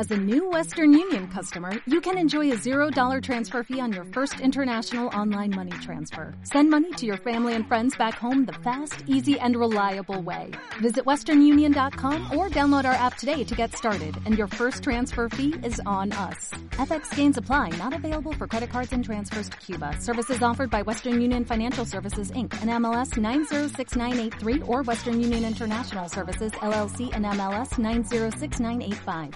As a new Western Union customer, you can enjoy a $0 transfer fee on your first international online money transfer. Send money to your family and friends back home the fast, easy, and reliable way. Visit westernunion.com or download our app today to get started, and your first transfer fee is on us. FX gains apply, not available for credit cards and transfers to Cuba. Services offered by Western Union Financial Services, Inc., and MLS 906983, or Western Union International Services, LLC, and MLS 906985.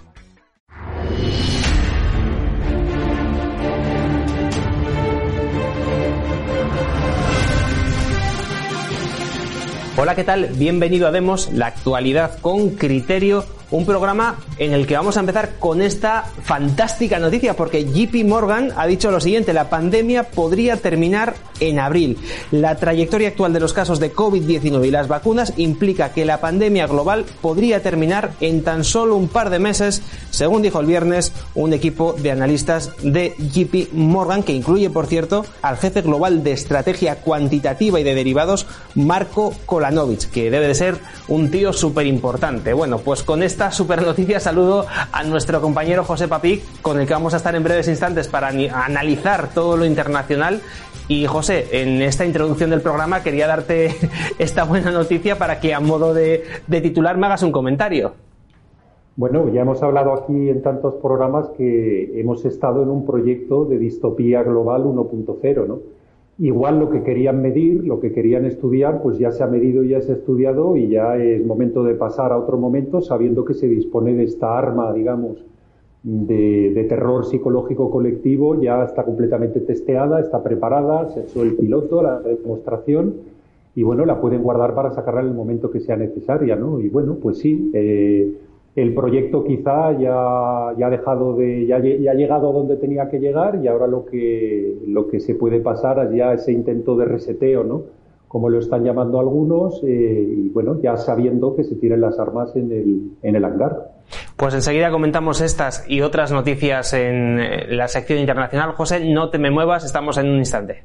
Hola, ¿qué tal? Bienvenido a Demos, la actualidad con criterio, un programa en el que vamos a empezar con esta fantástica noticia, porque JP Morgan ha dicho lo siguiente: la pandemia podría terminar en abril. La trayectoria actual de los casos de COVID-19 y las vacunas implica que la pandemia global podría terminar en tan solo un par de meses, según dijo el viernes un equipo de analistas de JP Morgan, que incluye, por cierto, al jefe global de estrategia cuantitativa y de derivados, Marco Kolanovic, que debe de ser un tío súper importante. Bueno, pues con esta super noticia saludo a nuestro compañero José Papí, con el que vamos a estar en breves instantes para analizar todo lo internacional. Y José, en esta introducción del programa quería darte esta buena noticia para que, a modo de titular, me hagas un comentario. Bueno, ya hemos hablado aquí en tantos programas que hemos estado en un proyecto de distopía global 1.0, ¿no? Igual lo que querían medir, lo que querían estudiar, pues ya se ha medido, ya se ha estudiado, y ya es momento de pasar a otro momento, sabiendo que se dispone de esta arma, digamos, de terror psicológico colectivo. Ya está completamente testeada, está preparada, se ha hecho el piloto, la demostración, y bueno, la pueden guardar para sacarla en el momento que sea necesaria, ¿no? Y bueno, pues sí, el proyecto quizá ya ha llegado a donde tenía que llegar, y ahora lo que se puede pasar es ya ese intento de reseteo, ¿no? Como lo están llamando algunos, y bueno, ya sabiendo que se tienen las armas en el hangar. Pues enseguida comentamos estas y otras noticias en la sección internacional. José, no te me muevas, estamos en un instante.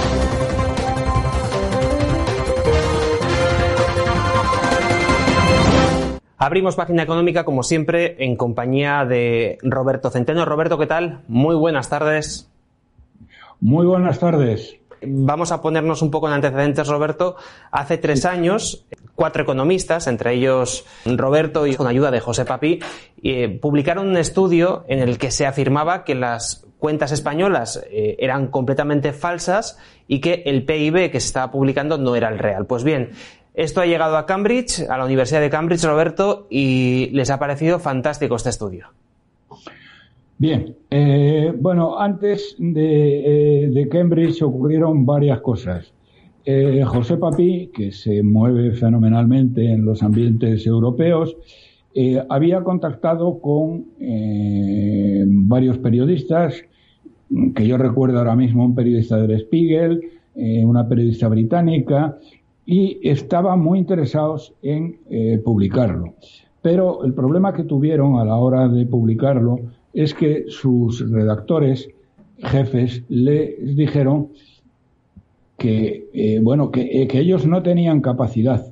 Abrimos página económica, como siempre, en compañía de Roberto Centeno. Roberto, ¿qué tal? Muy buenas tardes. Muy buenas tardes. Vamos a ponernos un poco en antecedentes, Roberto. Hace 3 años, 4 economistas, entre ellos Roberto y con ayuda de José Papí, publicaron un estudio en el que se afirmaba que las cuentas españolas eran completamente falsas y que el PIB que se estaba publicando no era el real. Pues bien, esto ha llegado a Cambridge, a la Universidad de Cambridge, Roberto, y les ha parecido fantástico este estudio. Bien, bueno, antes de Cambridge ocurrieron varias cosas. José Papí, que se mueve fenomenalmente en los ambientes europeos, había contactado con varios periodistas, que yo recuerdo ahora mismo, un periodista del Spiegel, una periodista británica, y estaban muy interesados en publicarlo. Pero el problema que tuvieron a la hora de publicarlo es que sus redactores jefes les dijeron que ellos no tenían capacidad,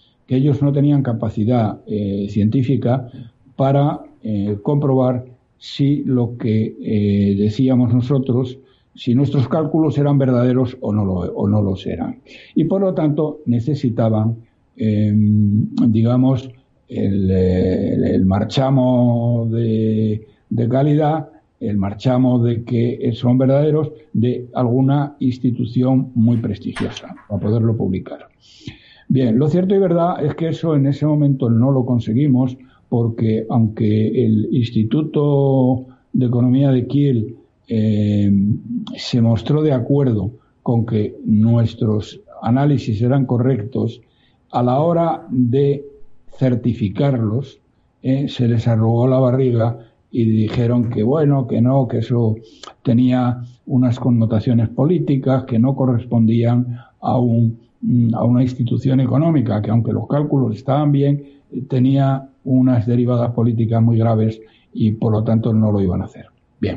científica para comprobar si lo que decíamos nosotros, si nuestros cálculos eran verdaderos o no los eran. Y por lo tanto necesitaban, digamos, el marchamo de calidad, el marchamo de que son verdaderos, de alguna institución muy prestigiosa para poderlo publicar. Bien, lo cierto y verdad es que eso en ese momento no lo conseguimos, porque aunque el Instituto de Economía de Kiel se mostró de acuerdo con que nuestros análisis eran correctos, a la hora de certificarlos se les arrugó la barriga y dijeron que bueno, que no, que eso tenía unas connotaciones políticas que no correspondían a una institución económica, que aunque los cálculos estaban bien, tenía unas derivadas políticas muy graves y por lo tanto no lo iban a hacer. Bien.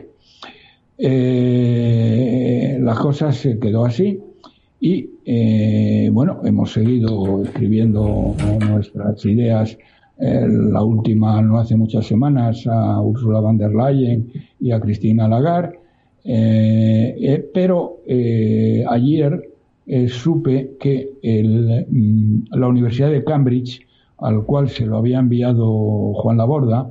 Las cosas se quedó así y bueno, hemos seguido escribiendo nuestras ideas la última no hace muchas semanas a Ursula von der Leyen y a Christine Lagarde, pero ayer supe que la Universidad de Cambridge, al cual se lo había enviado Juan Laborda,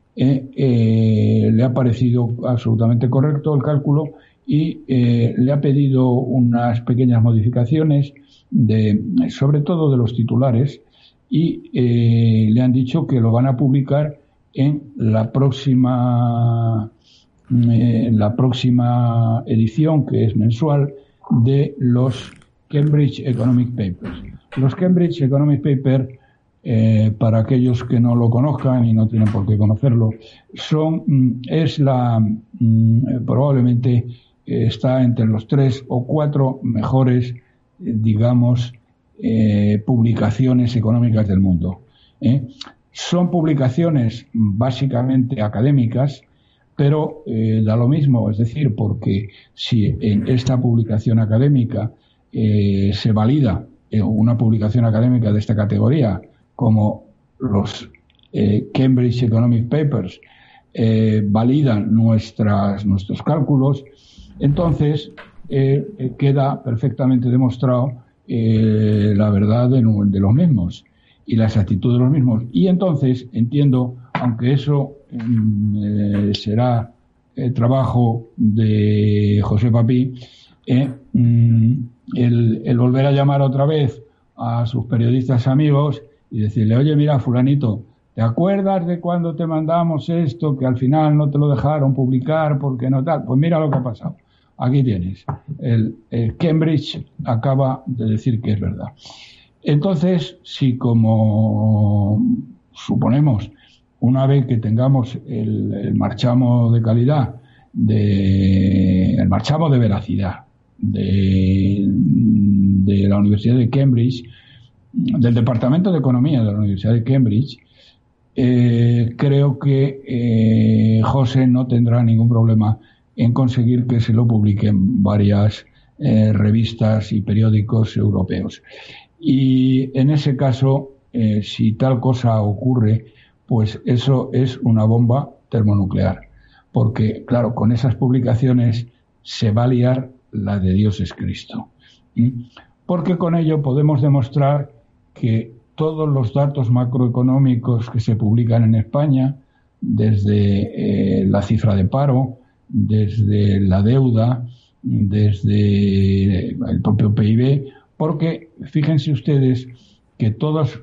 le ha parecido absolutamente correcto el cálculo y le ha pedido unas pequeñas modificaciones sobre todo de los titulares, y le han dicho que lo van a publicar en la próxima edición, que es mensual, de los Cambridge Economic Papers. Los Cambridge Economic Papers, para aquellos que no lo conozcan y no tienen por qué conocerlo, probablemente está entre los 3 o 4 mejores, digamos, publicaciones económicas del mundo. Son publicaciones básicamente académicas, pero da lo mismo, es decir, porque si en esta publicación académica se valida una publicación académica de esta categoría, como los Cambridge Economic Papers validan nuestros cálculos, entonces queda perfectamente demostrado la verdad de los mismos y la exactitud de los mismos. Y entonces entiendo, aunque eso será trabajo de José Papí, el volver a llamar otra vez a sus periodistas amigos y decirle: oye, mira, fulanito, ¿te acuerdas de cuando te mandamos esto que al final no te lo dejaron publicar porque no tal? Pues mira lo que ha pasado. Aquí tienes. El Cambridge acaba de decir que es verdad. Entonces, si como suponemos, una vez que tengamos el marchamo de calidad, el marchamo de veracidad de la Universidad de Cambridge, del Departamento de Economía de la Universidad de Cambridge, creo que José no tendrá ningún problema en conseguir que se lo publiquen varias revistas y periódicos europeos. Y en ese caso, si tal cosa ocurre, pues eso es una bomba termonuclear. Porque, claro, con esas publicaciones se va a liar la de Dios es Cristo. Porque con ello podemos demostrar que todos los datos macroeconómicos que se publican en España, desde la cifra de paro, desde la deuda, desde el propio PIB, porque fíjense ustedes que todos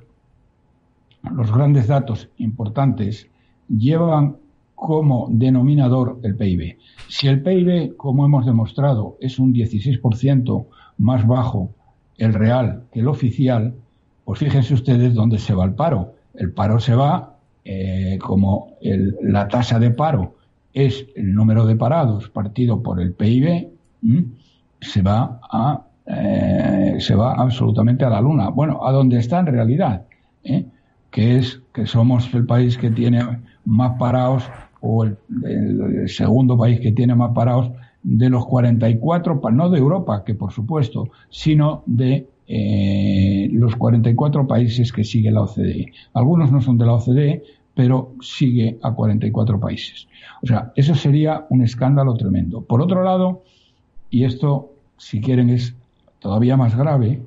los grandes datos importantes llevan como denominador el PIB. Si el PIB, como hemos demostrado, es un 16% más bajo el real que el oficial, pues fíjense ustedes dónde se va el paro. El paro se va, como la tasa de paro es el número de parados partido por el PIB, se va absolutamente a la luna. Bueno, a donde está en realidad, que somos el país que tiene más parados, o el segundo país que tiene más parados de los 44, no de Europa, que por supuesto, sino de los 44 países que sigue la OCDE. Algunos no son de la OCDE, pero sigue a 44 países. O sea, eso sería un escándalo tremendo. Por otro lado, y esto, si quieren, es todavía más grave,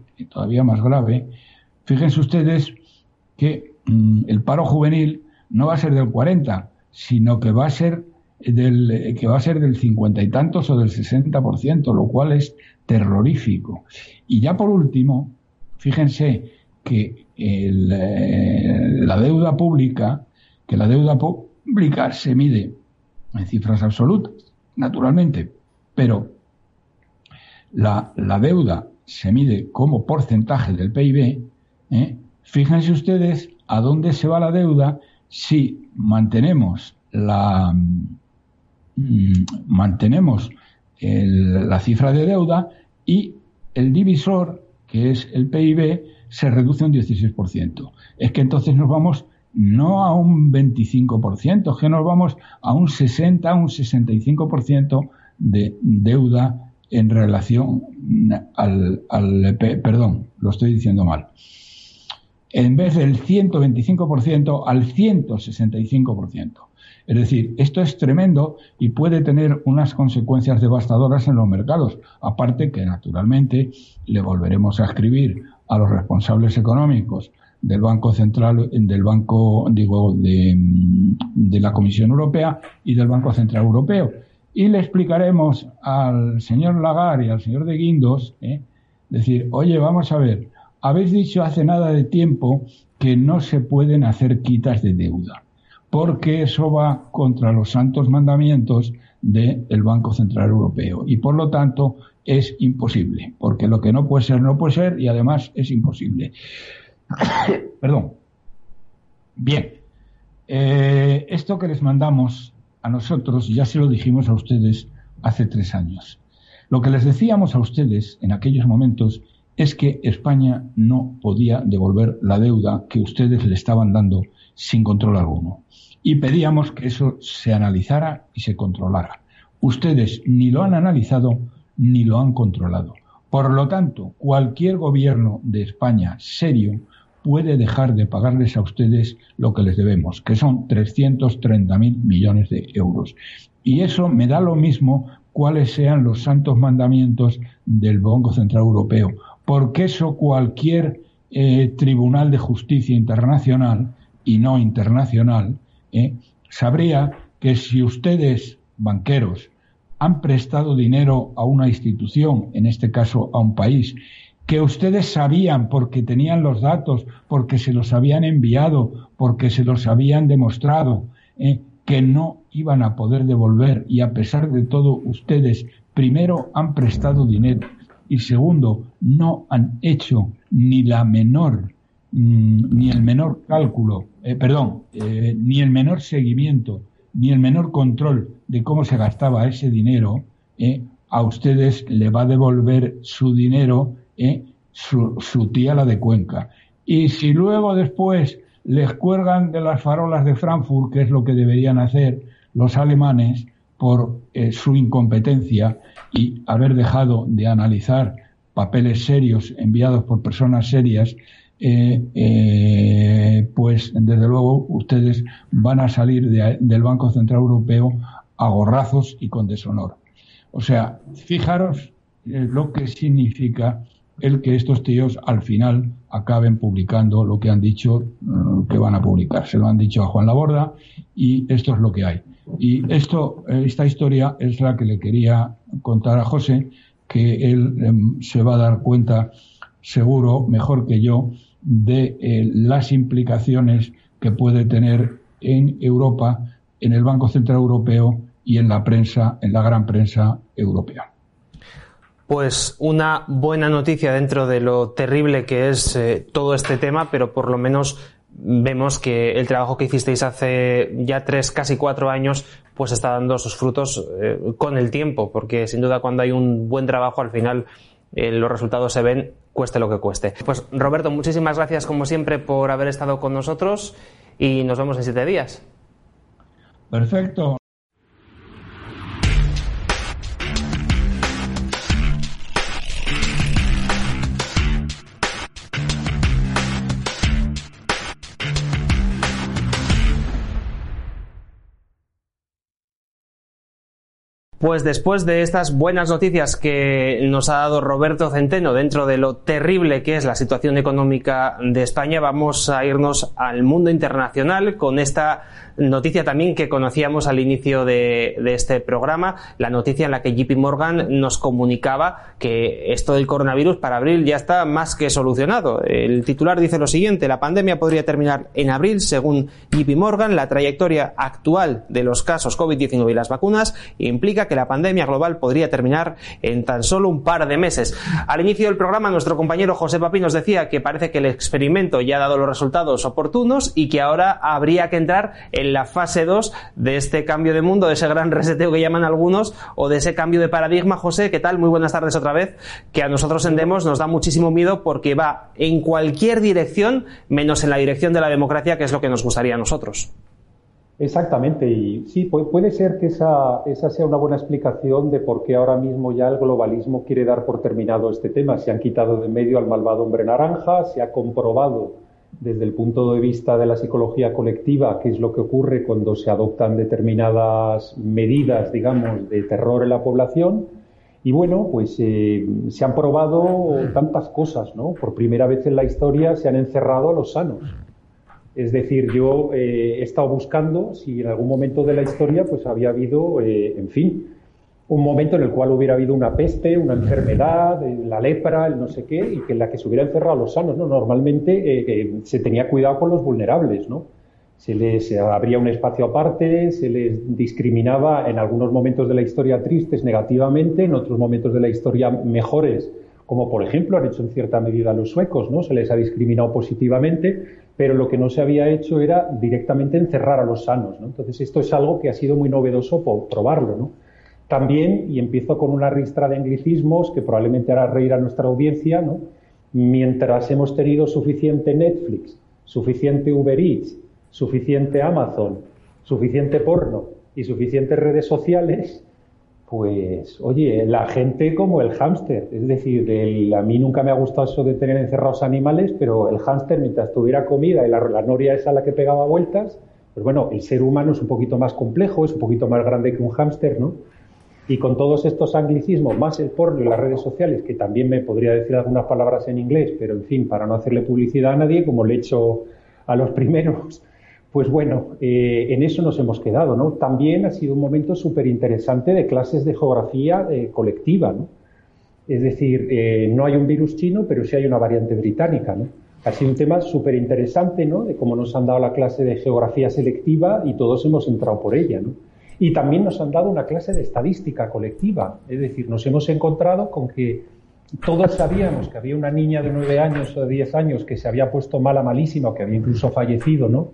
fíjense ustedes que el paro juvenil no va a ser del 40, sino que va a ser del 50 y tantos o del 60%, lo cual es terrorífico. Y ya por último, fíjense que la deuda pública se mide en cifras absolutas, naturalmente, pero la deuda se mide como porcentaje del PIB. Fíjense ustedes a dónde se va la deuda si mantenemos la cifra de deuda y el divisor, que es el PIB, se reduce un 16%. Es que entonces nos vamos no a un 25%, es que nos vamos a un 60, un 65% de deuda en relación perdón, lo estoy diciendo mal. en vez del 125% al 165%. Es decir, esto es tremendo y puede tener unas consecuencias devastadoras en los mercados. Aparte que, naturalmente, le volveremos a escribir a los responsables económicos del Banco Central, de la Comisión Europea y del Banco Central Europeo. Y le explicaremos al señor Lagarde y al señor de Guindos, decir, oye, vamos a ver, habéis dicho hace nada de tiempo que no se pueden hacer quitas de deuda, porque eso va contra los santos mandamientos del Banco Central Europeo y, por lo tanto, es imposible, porque lo que no puede ser, no puede ser y, además, es imposible. Perdón. Bien. Esto que les mandamos a nosotros, ya se lo dijimos a ustedes hace 3 años. Lo que les decíamos a ustedes en aquellos momentos es que España no podía devolver la deuda que ustedes le estaban dando sin control alguno. Y pedíamos que eso se analizara y se controlara. Ustedes ni lo han analizado ni lo han controlado. Por lo tanto, cualquier gobierno de España serio puede dejar de pagarles a ustedes lo que les debemos, que son 330.000 millones de euros. Y eso me da lo mismo cuáles sean los santos mandamientos del Banco Central Europeo, porque eso cualquier tribunal de justicia internacional y no internacional sabría que si ustedes, banqueros, han prestado dinero a una institución, en este caso a un país, que ustedes sabían porque tenían los datos, porque se los habían enviado, porque se los habían demostrado, que no iban a poder devolver, y a pesar de todo ustedes primero han prestado dinero y segundo no han hecho ni el menor cálculo, ni el menor seguimiento, ni el menor control de cómo se gastaba ese dinero, a ustedes le va a devolver su dinero su tía la de Cuenca. Y si luego después les cuelgan de las farolas de Frankfurt, que es lo que deberían hacer los alemanes por su incompetencia y haber dejado de analizar papeles serios enviados por personas serias, pues desde luego ustedes van a salir del Banco Central Europeo a gorrazos y con deshonor. O sea, fijaros lo que significa el que estos tíos al final acaben publicando lo que han dicho que van a publicar. Se lo han dicho a Juan Laborda y esto es lo que hay. Y esta historia es la que le quería contar a José, que él se va a dar cuenta seguro, mejor que yo, de las implicaciones que puede tener en Europa, en el Banco Central Europeo y en la prensa, en la gran prensa europea. Pues una buena noticia dentro de lo terrible que es todo este tema, pero por lo menos vemos que el trabajo que hicisteis hace ya 3, casi 4 años, pues está dando sus frutos con el tiempo, porque sin duda cuando hay un buen trabajo al final los resultados se ven, cueste lo que cueste. Pues Roberto, muchísimas gracias como siempre por haber estado con nosotros y nos vemos en 7 días. Perfecto. Pues después de estas buenas noticias que nos ha dado Roberto Centeno dentro de lo terrible que es la situación económica de España, vamos a irnos al mundo internacional con esta noticia también que conocíamos al inicio de este programa, la noticia en la que JP Morgan nos comunicaba que esto del coronavirus para abril ya está más que solucionado. El titular dice lo siguiente: la pandemia podría terminar en abril, según JP Morgan. La trayectoria actual de los casos COVID-19 y las vacunas implica que la pandemia global podría terminar en tan solo un par de meses. Al inicio del programa, nuestro compañero José Papi nos decía que parece que el experimento ya ha dado los resultados oportunos y que ahora habría que entrar en la fase 2 de este cambio de mundo, de ese gran reseteo que llaman algunos, o de ese cambio de paradigma. José, ¿qué tal? Muy buenas tardes otra vez, que a nosotros en Demos nos da muchísimo miedo porque va en cualquier dirección menos en la dirección de la democracia, que es lo que nos gustaría a nosotros. Exactamente, y sí, puede ser que esa sea una buena explicación de por qué ahora mismo ya el globalismo quiere dar por terminado este tema. Se han quitado de medio al malvado hombre naranja, se ha comprobado desde el punto de vista de la psicología colectiva, qué es lo que ocurre cuando se adoptan determinadas medidas, digamos, de terror en la población. Y bueno, pues se han probado tantas cosas, ¿no? Por primera vez en la historia se han encerrado a los sanos. Es decir, yo he estado buscando si en algún momento de la historia pues había habido, en fin, un momento en el cual hubiera habido una peste, una enfermedad, la lepra, el no sé qué, y que en la que se hubiera encerrado a los sanos, ¿no? Normalmente se tenía cuidado con los vulnerables, ¿no? Se les abría un espacio aparte, se les discriminaba en algunos momentos de la historia tristes negativamente, en otros momentos de la historia mejores, como por ejemplo han hecho en cierta medida los suecos, ¿no? Se les ha discriminado positivamente, pero lo que no se había hecho era directamente encerrar a los sanos, ¿no? Entonces esto es algo que ha sido muy novedoso por probarlo, ¿no? También, y empiezo con una ristra de anglicismos que probablemente hará reír a nuestra audiencia, ¿no? Mientras hemos tenido suficiente Netflix, suficiente Uber Eats, suficiente Amazon, suficiente porno y suficientes redes sociales, pues, oye, la gente como el hámster. Es decir, a mí nunca me ha gustado eso de tener encerrados animales, pero el hámster, mientras tuviera comida y la noria esa a la que pegaba vueltas, pues bueno, el ser humano es un poquito más complejo, es un poquito más grande que un hámster, ¿no? Y con todos estos anglicismos, más el porno y las redes sociales, que también me podría decir algunas palabras en inglés, pero en fin, para no hacerle publicidad a nadie, como le he hecho a los primeros, pues bueno, en eso nos hemos quedado, ¿no? También ha sido un momento súper interesante de clases de geografía colectiva, ¿no? Es decir, no hay un virus chino, pero sí hay una variante británica, ¿no? Ha sido un tema súper interesante, ¿no? De cómo nos han dado la clase de geografía selectiva y todos hemos entrado por ella, ¿no? Y también nos han dado una clase de estadística colectiva, es decir, nos hemos encontrado con que todos sabíamos que había una niña de 9 años o de 10 años que se había puesto malísima o que había incluso fallecido, ¿no?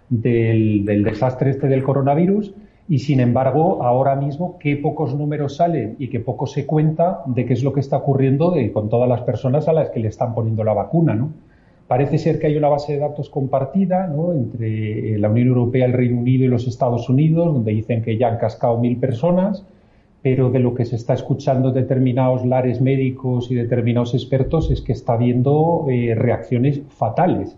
Del desastre del coronavirus, y sin embargo ahora mismo qué pocos números salen y qué poco se cuenta de qué es lo que está ocurriendo con todas las personas a las que le están poniendo la vacuna, ¿no? Parece ser que hay una base de datos compartida, ¿no? Entre la Unión Europea, el Reino Unido y los Estados Unidos, donde dicen que ya han cascado 1.000 personas, pero de lo que se está escuchando de determinados lares médicos y determinados expertos es que está habiendo reacciones fatales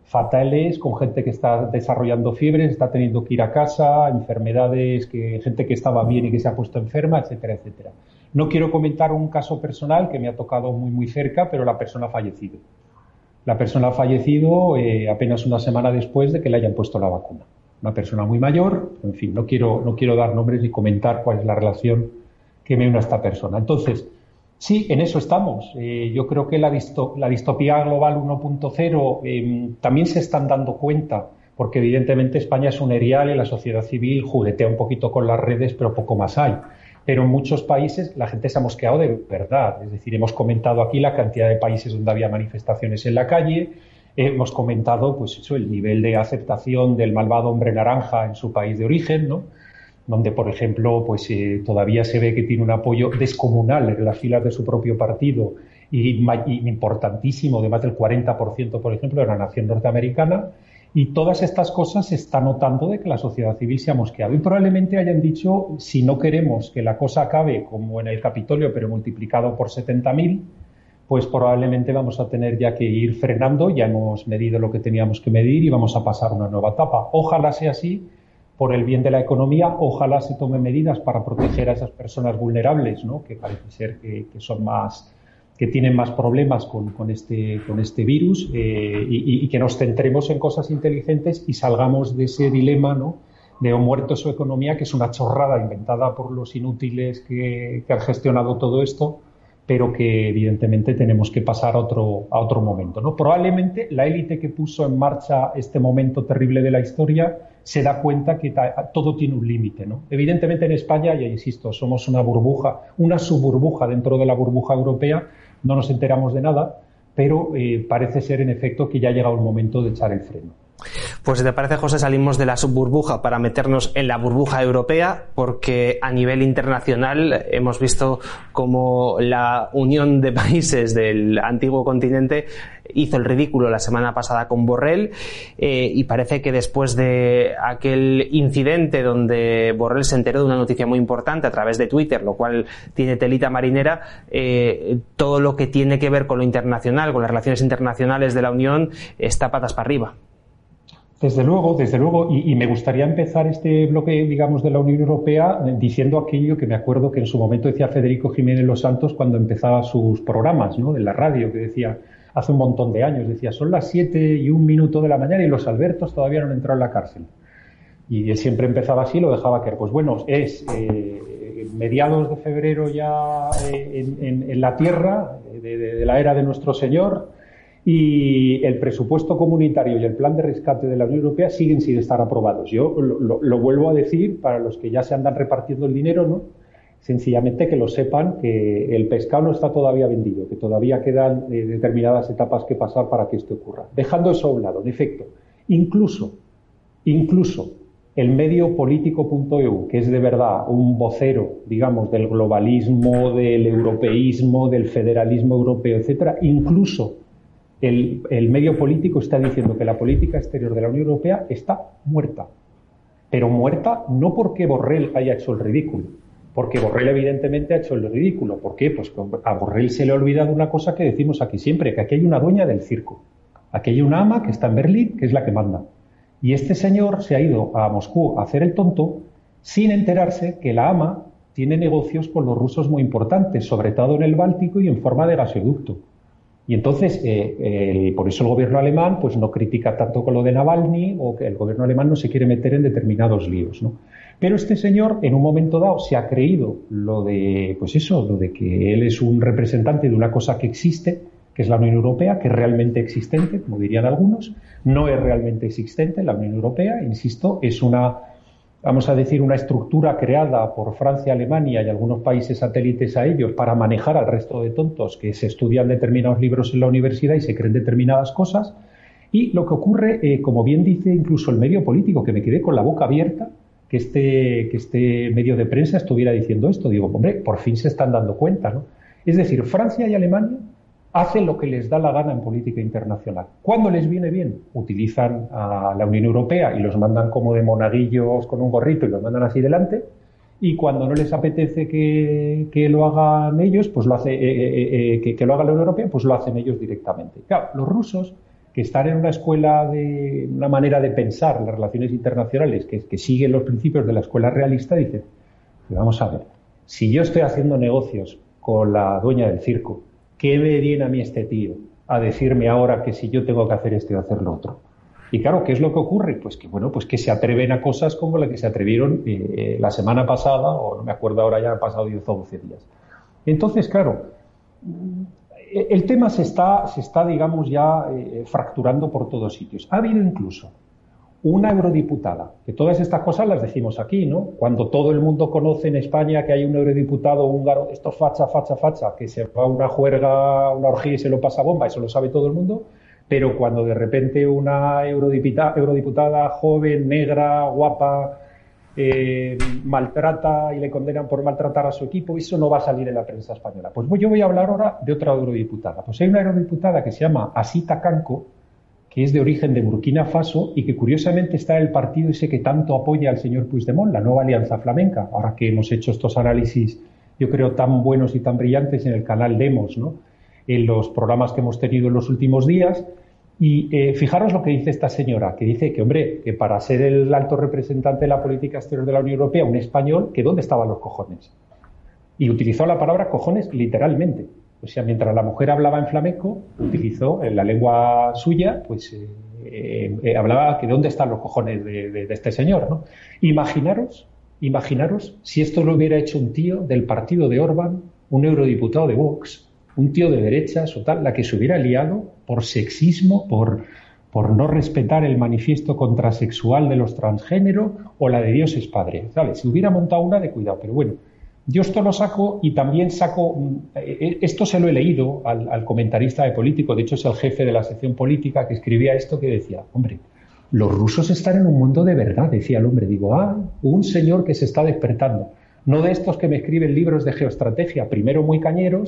con gente que está desarrollando fiebres, está teniendo que ir a casa, enfermedades, gente que estaba bien y que se ha puesto enferma, etcétera, etcétera. No quiero comentar un caso personal que me ha tocado muy, muy cerca, pero la persona ha fallecido. La persona ha fallecido apenas una semana después de que le hayan puesto la vacuna. Una persona muy mayor, en fin, no quiero dar nombres ni comentar cuál es la relación que me une a esta persona. Entonces, sí, en eso estamos. Yo creo que la distopía global 1.0 también se están dando cuenta, porque evidentemente España es un erial y la sociedad civil juguetea un poquito con las redes, pero poco más hay. Pero en muchos países la gente se ha mosqueado de verdad. Es decir, hemos comentado aquí la cantidad de países donde había manifestaciones en la calle, hemos comentado pues eso, el nivel de aceptación del malvado hombre naranja en su país de origen, ¿no? Donde, por ejemplo, pues todavía se ve que tiene un apoyo descomunal en las filas de su propio partido y importantísimo, de más del 40%, por ejemplo, de la nación norteamericana. Y todas estas cosas se está notando de que la sociedad civil se ha mosqueado. Y probablemente hayan dicho, si no queremos que la cosa acabe como en el Capitolio, pero multiplicado por 70.000, pues probablemente vamos a tener ya que ir frenando. Ya hemos medido lo que teníamos que medir y vamos a pasar a una nueva etapa. Ojalá sea así, por el bien de la economía. Ojalá se tomen medidas para proteger a esas personas vulnerables, ¿no? Que parece ser que son más, que tienen más problemas con este virus, y que nos centremos en cosas inteligentes y salgamos de ese dilema, ¿no? De o muerto su economía, que es una chorrada inventada por los inútiles que han gestionado todo esto, pero que evidentemente tenemos que pasar a otro momento, ¿no? Probablemente la élite que puso en marcha este momento terrible de la historia se da cuenta que todo tiene un límite, ¿no? Evidentemente en España, ya insisto, somos una burbuja, una subburbuja dentro de la burbuja europea, no nos enteramos de nada, pero parece ser en efecto que ya ha llegado el momento de echar el freno. Pues si te parece, José, salimos de la subburbuja para meternos en la burbuja europea, porque a nivel internacional hemos visto como la unión de países del antiguo continente hizo el ridículo la semana pasada con Borrell, y parece que después de aquel incidente donde Borrell se enteró de una noticia muy importante a través de Twitter, lo cual tiene telita marinera, todo lo que tiene que ver con lo internacional, con las relaciones internacionales de la Unión, está patas para arriba. Desde luego, y me gustaría empezar este bloque, digamos, de la Unión Europea diciendo aquello que me acuerdo que en su momento decía Federico Jiménez Los Santos cuando empezaba sus programas, ¿no?, de la radio, que decía, hace un montón de años, decía, son las 7:01 de la mañana y los Albertos todavía no han entrado en la cárcel. Y él siempre empezaba así y lo dejaba caer. Pues bueno, es mediados de febrero ya en la Tierra, de la era de nuestro Señor, y el presupuesto comunitario y el plan de rescate de la Unión Europea siguen sin estar aprobados. Yo lo vuelvo a decir para los que ya se andan repartiendo el dinero, ¿no? Sencillamente que lo sepan, que el pescado no está todavía vendido, que todavía quedan determinadas etapas que pasar para que esto ocurra. Dejando eso a un lado, en efecto, incluso el medio político.eu, que es de verdad un vocero, digamos, del globalismo, del europeísmo, del federalismo europeo, etcétera, incluso el medio político está diciendo que la política exterior de la Unión Europea está muerta. Pero muerta no porque Borrell haya hecho el ridículo, porque Borrell evidentemente ha hecho el ridículo. ¿Por qué? Pues a Borrell se le ha olvidado una cosa que decimos aquí siempre, que aquí hay una dueña del circo. Aquí hay una ama que está en Berlín, que es la que manda. Y este señor se ha ido a Moscú a hacer el tonto sin enterarse que la ama tiene negocios con los rusos muy importantes, sobre todo en el Báltico y en forma de gasoducto. Y entonces, por eso el gobierno alemán pues no critica tanto con lo de Navalny, o que el gobierno alemán no se quiere meter en determinados líos, ¿no? Pero este señor, en un momento dado, se ha creído lo de que él es un representante de una cosa que existe, que es la Unión Europea, que es realmente existente, como dirían algunos. No es realmente existente la Unión Europea, insisto, es una estructura creada por Francia, Alemania y algunos países satélites a ellos para manejar al resto de tontos que se estudian determinados libros en la universidad y se creen determinadas cosas. Y lo que ocurre, como bien dice incluso el medio político, que me quedé con la boca abierta, que este medio de prensa estuviera diciendo esto. Digo, hombre, por fin se están dando cuenta, ¿no? Es decir, Francia y Alemania hacen lo que les da la gana en política internacional. ¿Cuándo les viene bien? Utilizan a la Unión Europea y los mandan como de monaguillos con un gorrito y los mandan así delante. Y cuando no les apetece que lo hagan ellos, pues lo hace que lo haga la Unión Europea, pues lo hacen ellos directamente. Claro, los rusos, que están en una escuela de una manera de pensar las relaciones internacionales que siguen los principios de la escuela realista, dicen, vamos a ver, si yo estoy haciendo negocios con la dueña del circo, ¿qué me viene a mí este tío a decirme ahora que si yo tengo que hacer esto y hacer lo otro? Y claro, ¿qué es lo que ocurre? Pues que se atreven a cosas como la que se atrevieron la semana pasada, o no me acuerdo ahora, ya han pasado 10 o 12 días. Entonces, claro, el tema se está digamos, ya fracturando por todos sitios. Ha habido incluso una eurodiputada, que todas estas cosas las decimos aquí, ¿no? Cuando todo el mundo conoce en España que hay un eurodiputado húngaro, esto facha, que se va a una juerga, una orgía y se lo pasa bomba, eso lo sabe todo el mundo, pero cuando de repente una eurodiputada joven, negra, guapa, maltrata y le condenan por maltratar a su equipo, eso no va a salir en la prensa española. Pues yo voy a hablar ahora de otra eurodiputada. Pues hay una eurodiputada que se llama Asita Kanko, que es de origen de Burkina Faso y que curiosamente está en el partido ese que tanto apoya al señor Puigdemont, la nueva Alianza Flamenca, ahora que hemos hecho estos análisis, yo creo, tan buenos y tan brillantes en el canal Demos, ¿no?, en los programas que hemos tenido en los últimos días. Y fijaros lo que dice esta señora, que dice que, hombre, que para ser el alto representante de la política exterior de la Unión Europea, un español, que ¿dónde estaban los cojones? Y utilizó la palabra cojones literalmente. O sea, mientras la mujer hablaba en flamenco, utilizó en la lengua suya, pues hablaba que dónde están los cojones de este señor, ¿no? Imaginaros si esto lo hubiera hecho un tío del partido de Orbán, un eurodiputado de Vox, un tío de derechas o tal, la que se hubiera liado por sexismo, por no respetar el manifiesto contrasexual de los transgénero o la de Dios es Padre, ¿sabes? Si hubiera montado una de cuidado, pero bueno. Yo esto lo saco y también esto se lo he leído al comentarista de Político, de hecho es el jefe de la sección política que escribía esto, que decía, hombre, los rusos están en un mundo de verdad, decía el hombre, digo, un señor que se está despertando, no de estos que me escriben libros de geoestrategia, primero muy cañeros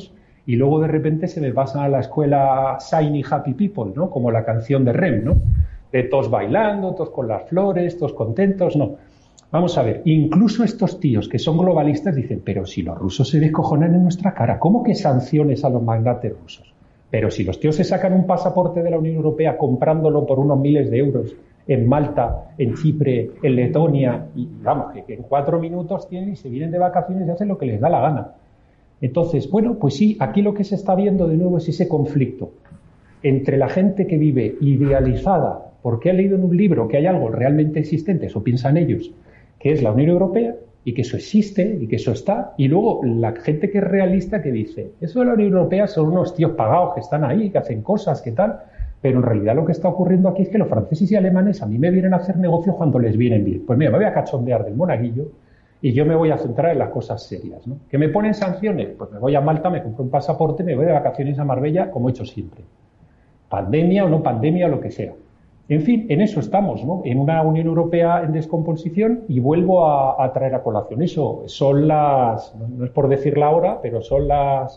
y luego de repente se me pasan a la escuela Shiny Happy People, ¿no? Como la canción de Rem, ¿no? De todos bailando, todos con las flores, todos contentos, no. Vamos a ver, incluso estos tíos que son globalistas dicen, pero si los rusos se descojonan en nuestra cara, ¿cómo que sanciones a los magnates rusos? Pero si los tíos se sacan un pasaporte de la Unión Europea comprándolo por unos miles de euros en Malta, en Chipre, en Letonia, y vamos, que en 4 minutos tienen y se vienen de vacaciones y hacen lo que les da la gana. Entonces, bueno, pues sí, aquí lo que se está viendo de nuevo es ese conflicto entre la gente que vive idealizada porque ha leído en un libro que hay algo realmente existente, eso piensan ellos, que es la Unión Europea, y que eso existe, y que eso está, y luego la gente que es realista que dice, eso de la Unión Europea son unos tíos pagados que están ahí, que hacen cosas, que tal, pero en realidad lo que está ocurriendo aquí es que los franceses y alemanes a mí me vienen a hacer negocios cuando les vienen bien. Pues mira, me voy a cachondear del monaguillo y yo me voy a centrar en las cosas serias, ¿no? ¿Que me ponen sanciones? Pues me voy a Malta, me compro un pasaporte, me voy de vacaciones a Marbella, como he hecho siempre. Pandemia o no pandemia, lo que sea. En fin, en eso estamos, ¿no? En una Unión Europea en descomposición, y vuelvo a traer a colación eso. Son las, no es por decir la hora, pero son las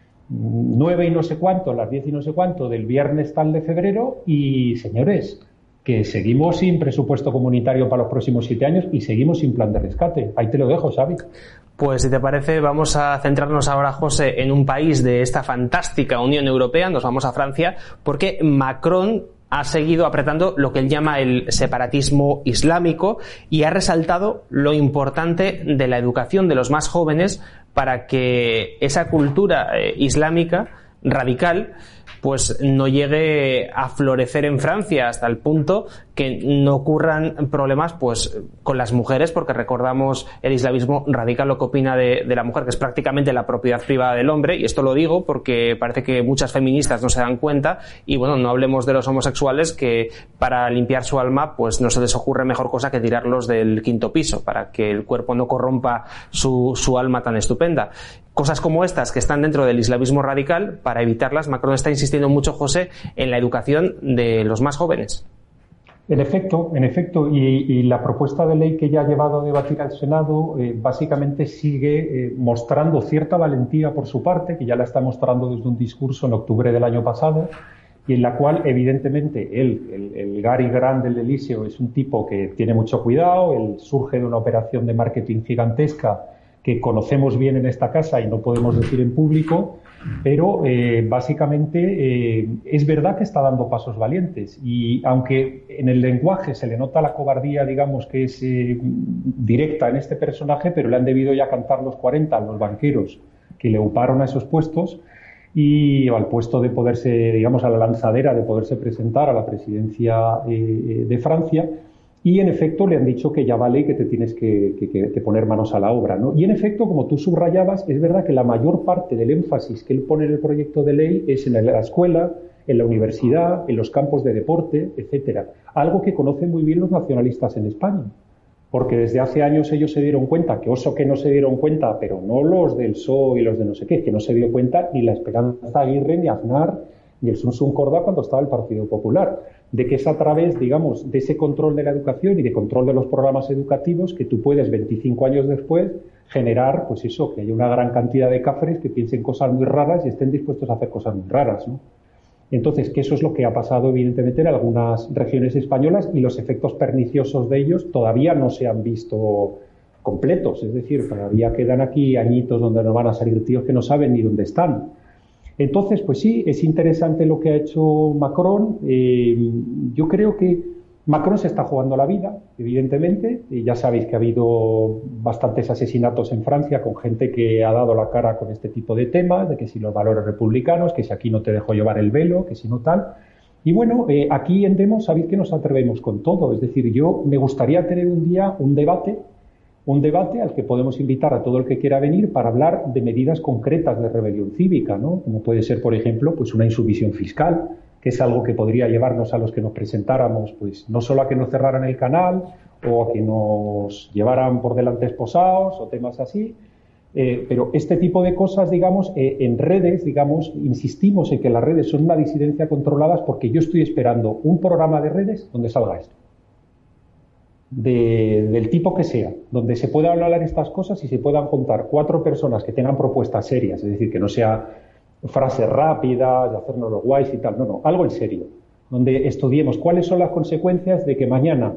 9 y no sé cuánto, las 10 y no sé cuánto del viernes tal de febrero, y señores, que seguimos sin presupuesto comunitario para los próximos 7 años y seguimos sin plan de rescate. Ahí te lo dejo, Xavi. Pues si te parece, vamos a centrarnos ahora, José, en un país de esta fantástica Unión Europea. Nos vamos a Francia, porque Macron ha seguido apretando lo que él llama el separatismo islámico y ha resaltado lo importante de la educación de los más jóvenes para que esa cultura islámica radical pues no llegue a florecer en Francia, hasta el punto que no ocurran problemas pues con las mujeres, porque recordamos el islamismo radical, lo que opina de la mujer, que es prácticamente la propiedad privada del hombre, y esto lo digo porque parece que muchas feministas no se dan cuenta. Y bueno, no hablemos de los homosexuales, que para limpiar su alma pues no se les ocurre mejor cosa que tirarlos del 5º piso, para que el cuerpo no corrompa su alma tan estupenda. Cosas como estas que están dentro del islamismo radical, para evitarlas, Macron está insistiendo mucho, José, en la educación de los más jóvenes. En efecto, y la propuesta de ley que ya ha llevado a debatir al Senado básicamente sigue mostrando cierta valentía por su parte, que ya la está mostrando desde un discurso en octubre del año pasado, y en la cual, evidentemente, el Gary Grant del Elíseo es un tipo que tiene mucho cuidado, él surge de una operación de marketing gigantesca que conocemos bien en esta casa y no podemos decir en público, pero básicamente es verdad que está dando pasos valientes, y aunque en el lenguaje se le nota la cobardía, digamos, que es directa en este personaje, pero le han debido ya cantar los 40 a los banqueros que le uparon a esos puestos y al puesto de poderse, digamos, a la lanzadera de poderse presentar a la presidencia de Francia. Y en efecto le han dicho que ya vale y que te tienes que poner manos a la obra, ¿no? Y en efecto, como tú subrayabas, es verdad que la mayor parte del énfasis que él pone en el proyecto de ley es en la escuela, en la universidad, en los campos de deporte, etcétera. Algo que conocen muy bien los nacionalistas en España, porque desde hace años ellos se dieron cuenta, que oso que no se dieron cuenta, pero no los del PSOE y los de no sé qué, que no se dio cuenta ni la Esperanza Aguirre, ni Aznar, ni el Sun Corda cuando estaba el Partido Popular, de que es a través, digamos, de ese control de la educación y de control de los programas educativos que tú puedes, 25 años después, generar, pues eso, que haya una gran cantidad de cafres que piensen cosas muy raras y estén dispuestos a hacer cosas muy raras, ¿no? Entonces, que eso es lo que ha pasado, evidentemente, en algunas regiones españolas, y los efectos perniciosos de ellos todavía no se han visto completos, es decir, todavía quedan aquí añitos donde nos van a salir tíos que no saben ni dónde están. Entonces, pues sí, es interesante lo que ha hecho Macron. Yo creo que Macron se está jugando la vida, evidentemente. Ya sabéis que ha habido bastantes asesinatos en Francia con gente que ha dado la cara con este tipo de temas, de que si los valores republicanos, que si aquí no te dejo llevar el velo, que si no tal. Y bueno, aquí en Demos sabéis que nos atrevemos con todo. Es decir, yo me gustaría tener un día un debate al que podemos invitar a todo el que quiera venir para hablar de medidas concretas de rebelión cívica, ¿no? Como puede ser, por ejemplo, pues una insumisión fiscal, que es algo que podría llevarnos a los que nos presentáramos, pues no solo a que nos cerraran el canal o a que nos llevaran por delante esposados o temas así, pero este tipo de cosas, digamos, en redes, digamos, insistimos en que las redes son una disidencia controladas, porque yo estoy esperando un programa de redes donde salga esto. Del tipo que sea, donde se pueda hablar de estas cosas y se puedan juntar 4 personas que tengan propuestas serias, es decir, que no sea frases rápidas, de hacernos los guays y tal. No, algo en serio, donde estudiemos cuáles son las consecuencias de que mañana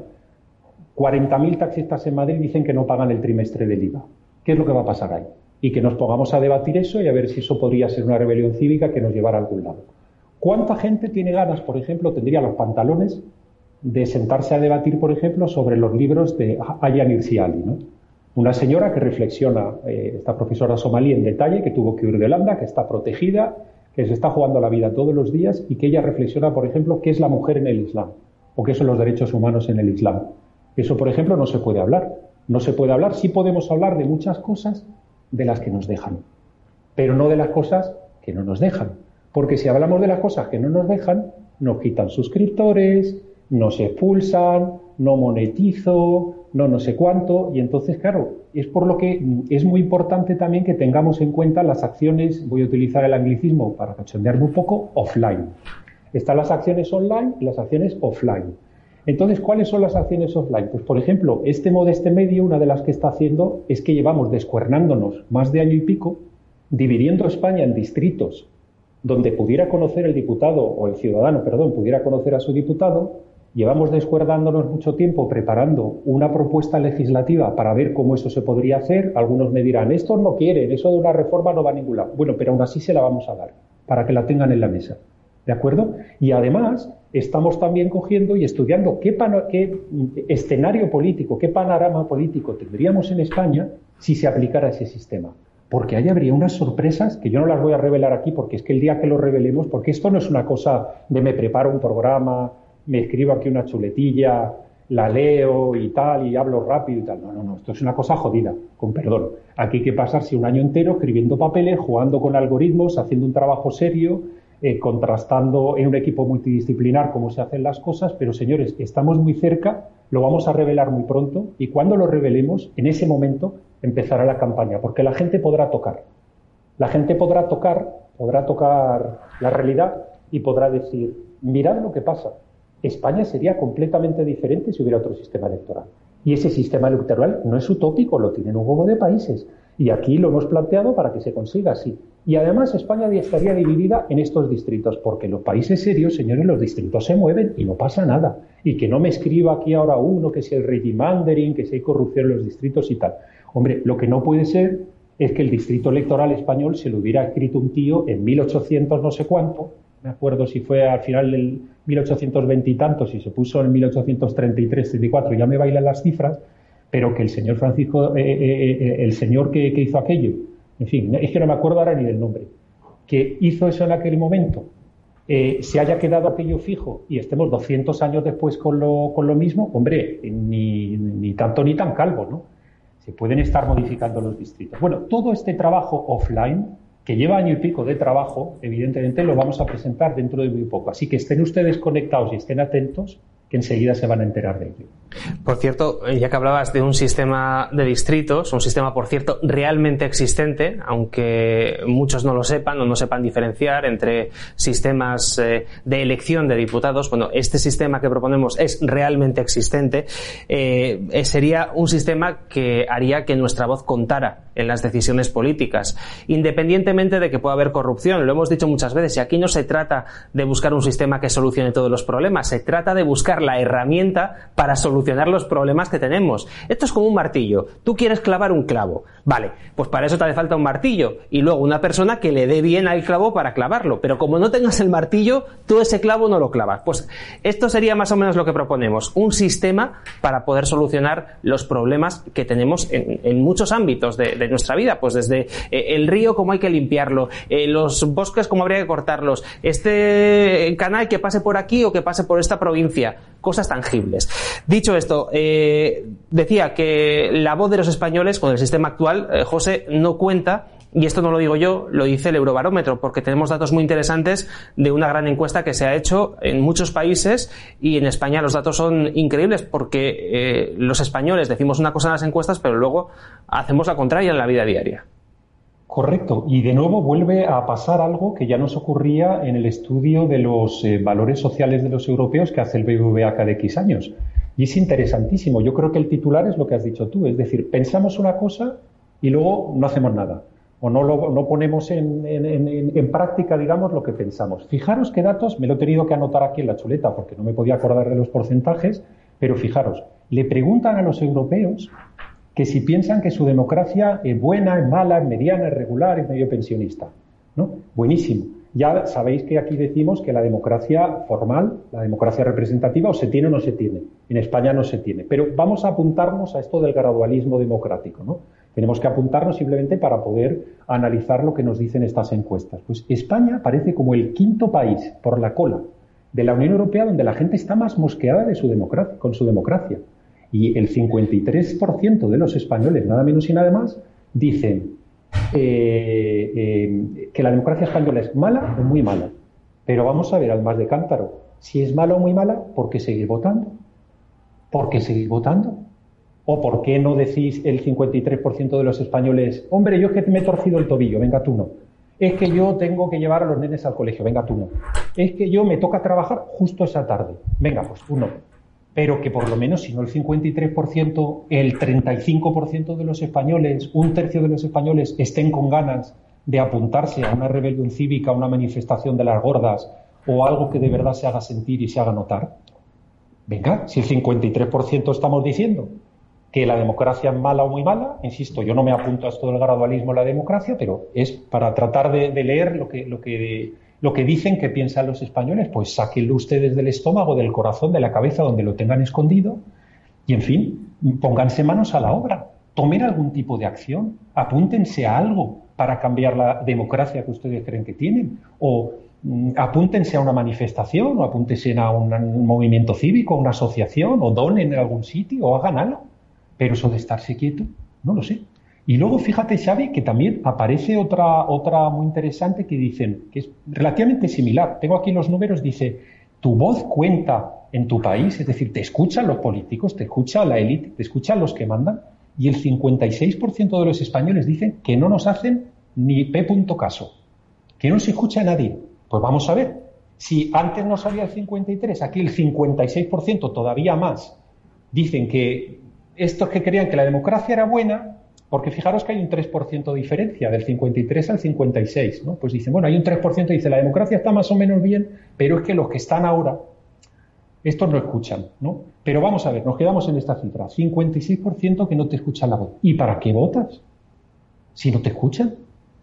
40.000 taxistas en Madrid dicen que no pagan el trimestre del IVA. ¿Qué es lo que va a pasar ahí? Y que nos pongamos a debatir eso y a ver si eso podría ser una rebelión cívica que nos llevara a algún lado. ¿Cuánta gente tiene ganas, por ejemplo, tendría los pantalones de sentarse a debatir, por ejemplo, sobre los libros de Ayaan Hirsi Ali, ¿no? Una señora que reflexiona, esta profesora somalí en detalle, que tuvo que huir de Holanda, que está protegida, que se está jugando la vida todos los días y que ella reflexiona, por ejemplo, qué es la mujer en el Islam o qué son los derechos humanos en el Islam. Eso, por ejemplo, no se puede hablar. No se puede hablar. Sí podemos hablar de muchas cosas de las que nos dejan, pero no de las cosas que no nos dejan. Porque si hablamos de las cosas que no nos dejan, nos quitan suscriptores, nos expulsan, no monetizo, no sé cuánto, y entonces, claro, es por lo que es muy importante también que tengamos en cuenta las acciones, voy a utilizar el anglicismo para cachondearme un poco, offline. Están las acciones online y las acciones offline. Entonces, ¿cuáles son las acciones offline? Pues, por ejemplo, este medio, una de las que está haciendo es que llevamos descuernándonos más de año y pico, dividiendo España en distritos donde pudiera conocer el diputado, o el ciudadano, perdón, pudiera conocer a su diputado. Llevamos descuerdándonos mucho tiempo preparando una propuesta legislativa para ver cómo eso se podría hacer. Algunos me dirán, estos no quieren, eso de una reforma no va a ningún lado. Bueno, pero aún así se la vamos a dar, para que la tengan en la mesa. ¿De acuerdo? Y además estamos también cogiendo y estudiando qué escenario político, qué panorama político tendríamos en España si se aplicara ese sistema. Porque ahí habría unas sorpresas que yo no las voy a revelar aquí, porque es que el día que lo revelemos, porque esto no es una cosa de me preparo un programa, me escribo aquí una chuletilla, la leo y tal, y hablo rápido y tal. No, esto es una cosa jodida, con perdón. Aquí hay que pasarse un año entero escribiendo papeles, jugando con algoritmos, haciendo un trabajo serio, contrastando en un equipo multidisciplinar cómo se hacen las cosas, pero señores, estamos muy cerca, lo vamos a revelar muy pronto, y cuando lo revelemos, en ese momento empezará la campaña, porque la gente podrá tocar. La gente podrá tocar la realidad y podrá decir, mirad lo que pasa. España sería completamente diferente si hubiera otro sistema electoral. Y ese sistema electoral no es utópico, lo tienen un huevo de países. Y aquí lo hemos planteado para que se consiga así. Y además España estaría dividida en estos distritos, porque los países serios, señores, los distritos se mueven y no pasa nada. Y que no me escriba aquí ahora uno que si el gerrymandering, que si hay corrupción en los distritos y tal. Hombre, lo que no puede ser es que el distrito electoral español se lo hubiera escrito un tío en 1800 no sé cuánto, me acuerdo si fue al final del 1820 y tantos y se puso en 1833, 34, ya me bailan las cifras, pero que el señor Francisco, el señor que hizo aquello, en fin, es que no me acuerdo ahora ni del nombre, que hizo eso en aquel momento, se haya quedado aquello fijo y estemos 200 años después con lo mismo, hombre, ni tanto ni tan calvo, ¿no? Se pueden estar modificando los distritos. Bueno, todo este trabajo offline, que lleva año y pico de trabajo, evidentemente lo vamos a presentar dentro de muy poco. Así que estén ustedes conectados y estén atentos, que enseguida se van a enterar de ello. Por cierto, ya que hablabas de un sistema de distritos, un sistema, por cierto, realmente existente, aunque muchos no lo sepan o no sepan diferenciar entre sistemas de elección de diputados, bueno, este sistema que proponemos es realmente existente, sería un sistema que haría que nuestra voz contara en las decisiones políticas, independientemente de que pueda haber corrupción. Lo hemos dicho muchas veces, y aquí no se trata de buscar un sistema que solucione todos los problemas, se trata de buscar la herramienta para solucionar los problemas que tenemos. Esto es como un martillo. Tú quieres clavar un clavo. Vale, pues para eso te hace falta un martillo y luego una persona que le dé bien al clavo para clavarlo. Pero como no tengas el martillo, tú ese clavo no lo clavas. Pues esto sería más o menos lo que proponemos. Un sistema para poder solucionar los problemas que tenemos en muchos ámbitos de nuestra vida. Pues desde el río, cómo hay que limpiarlo, los bosques, cómo habría que cortarlos, este canal que pase por aquí o que pase por esta provincia. Cosas tangibles. Dicho esto, decía que la voz de los españoles con el sistema actual, José, no cuenta, y esto no lo digo yo, lo dice el Eurobarómetro, porque tenemos datos muy interesantes de una gran encuesta que se ha hecho en muchos países, y en España los datos son increíbles, porque los españoles decimos una cosa en las encuestas, pero luego hacemos la contraria en la vida diaria. Correcto. Y de nuevo vuelve a pasar algo que ya nos ocurría en el estudio de los valores sociales de los europeos que hace el BBVA cada X años. Y es interesantísimo. Yo creo que el titular es lo que has dicho tú. Es decir, pensamos una cosa y luego no hacemos nada. o no ponemos en práctica, digamos, lo que pensamos. Fijaros qué datos, me lo he tenido que anotar aquí en la chuleta porque no me podía acordar de los porcentajes, pero fijaros, le preguntan a los europeos que si piensan que su democracia es buena, es mala, es mediana, es regular, es medio pensionista, ¿no? Buenísimo. Ya sabéis que aquí decimos que la democracia formal, la democracia representativa, o se tiene o no se tiene. En España no se tiene. Pero vamos a apuntarnos a esto del gradualismo democrático, ¿no? Tenemos que apuntarnos simplemente para poder analizar lo que nos dicen estas encuestas. Pues España parece como el quinto país por la cola de la Unión Europea donde la gente está más mosqueada de su democracia, con su democracia. Y el 53% de los españoles, nada menos y nada más, dicen que la democracia española es mala o muy mala. Pero vamos a ver al más de cántaro. Si es mala o muy mala, ¿por qué seguir votando? ¿Por qué seguir votando? ¿O por qué no decís el 53% de los españoles, hombre, yo es que me he torcido el tobillo, venga tú no? Es que yo tengo que llevar a los nenes al colegio, venga tú no. Es que yo me toca trabajar justo esa tarde, venga pues tú no. Pero que por lo menos, si no el 53%, el 35% de los españoles, un tercio de los españoles estén con ganas de apuntarse a una rebelión cívica, a una manifestación de las gordas o algo que de verdad se haga sentir y se haga notar. Venga, si el 53% estamos diciendo que la democracia es mala o muy mala, insisto, yo no me apunto a esto del gradualismo de la democracia, pero es para tratar de leer lo que dicen que piensan los españoles, pues sáquenlo ustedes del estómago, del corazón, de la cabeza, donde lo tengan escondido, y en fin, pónganse manos a la obra, tomen algún tipo de acción, apúntense a algo para cambiar la democracia que ustedes creen que tienen, o apúntense a una manifestación, o apúntense a un movimiento cívico, a una asociación, o donen en algún sitio, o hagan algo. Pero eso de estarse quieto, no lo sé. Y luego fíjate, Xavi, que también aparece otra muy interesante que dicen, que es relativamente similar. Tengo aquí los números, dice, tu voz cuenta en tu país, es decir, te escuchan los políticos, te escucha la élite, te escuchan los que mandan, y el 56% de los españoles dicen que no nos hacen ni p. caso, que no se escucha a nadie. Pues vamos a ver, si antes no salía el 53%, aquí el 56%, todavía más, dicen que estos que creían que la democracia era buena, porque fijaros que hay un 3% de diferencia, del 53 al 56, ¿no? Pues dicen, bueno, hay un 3%, dice, la democracia está más o menos bien, pero es que los que están ahora, estos no escuchan, ¿no? Pero vamos a ver, nos quedamos en esta cifra, 56% que no te escuchan la voz. ¿Y para qué votas? Si no te escuchan.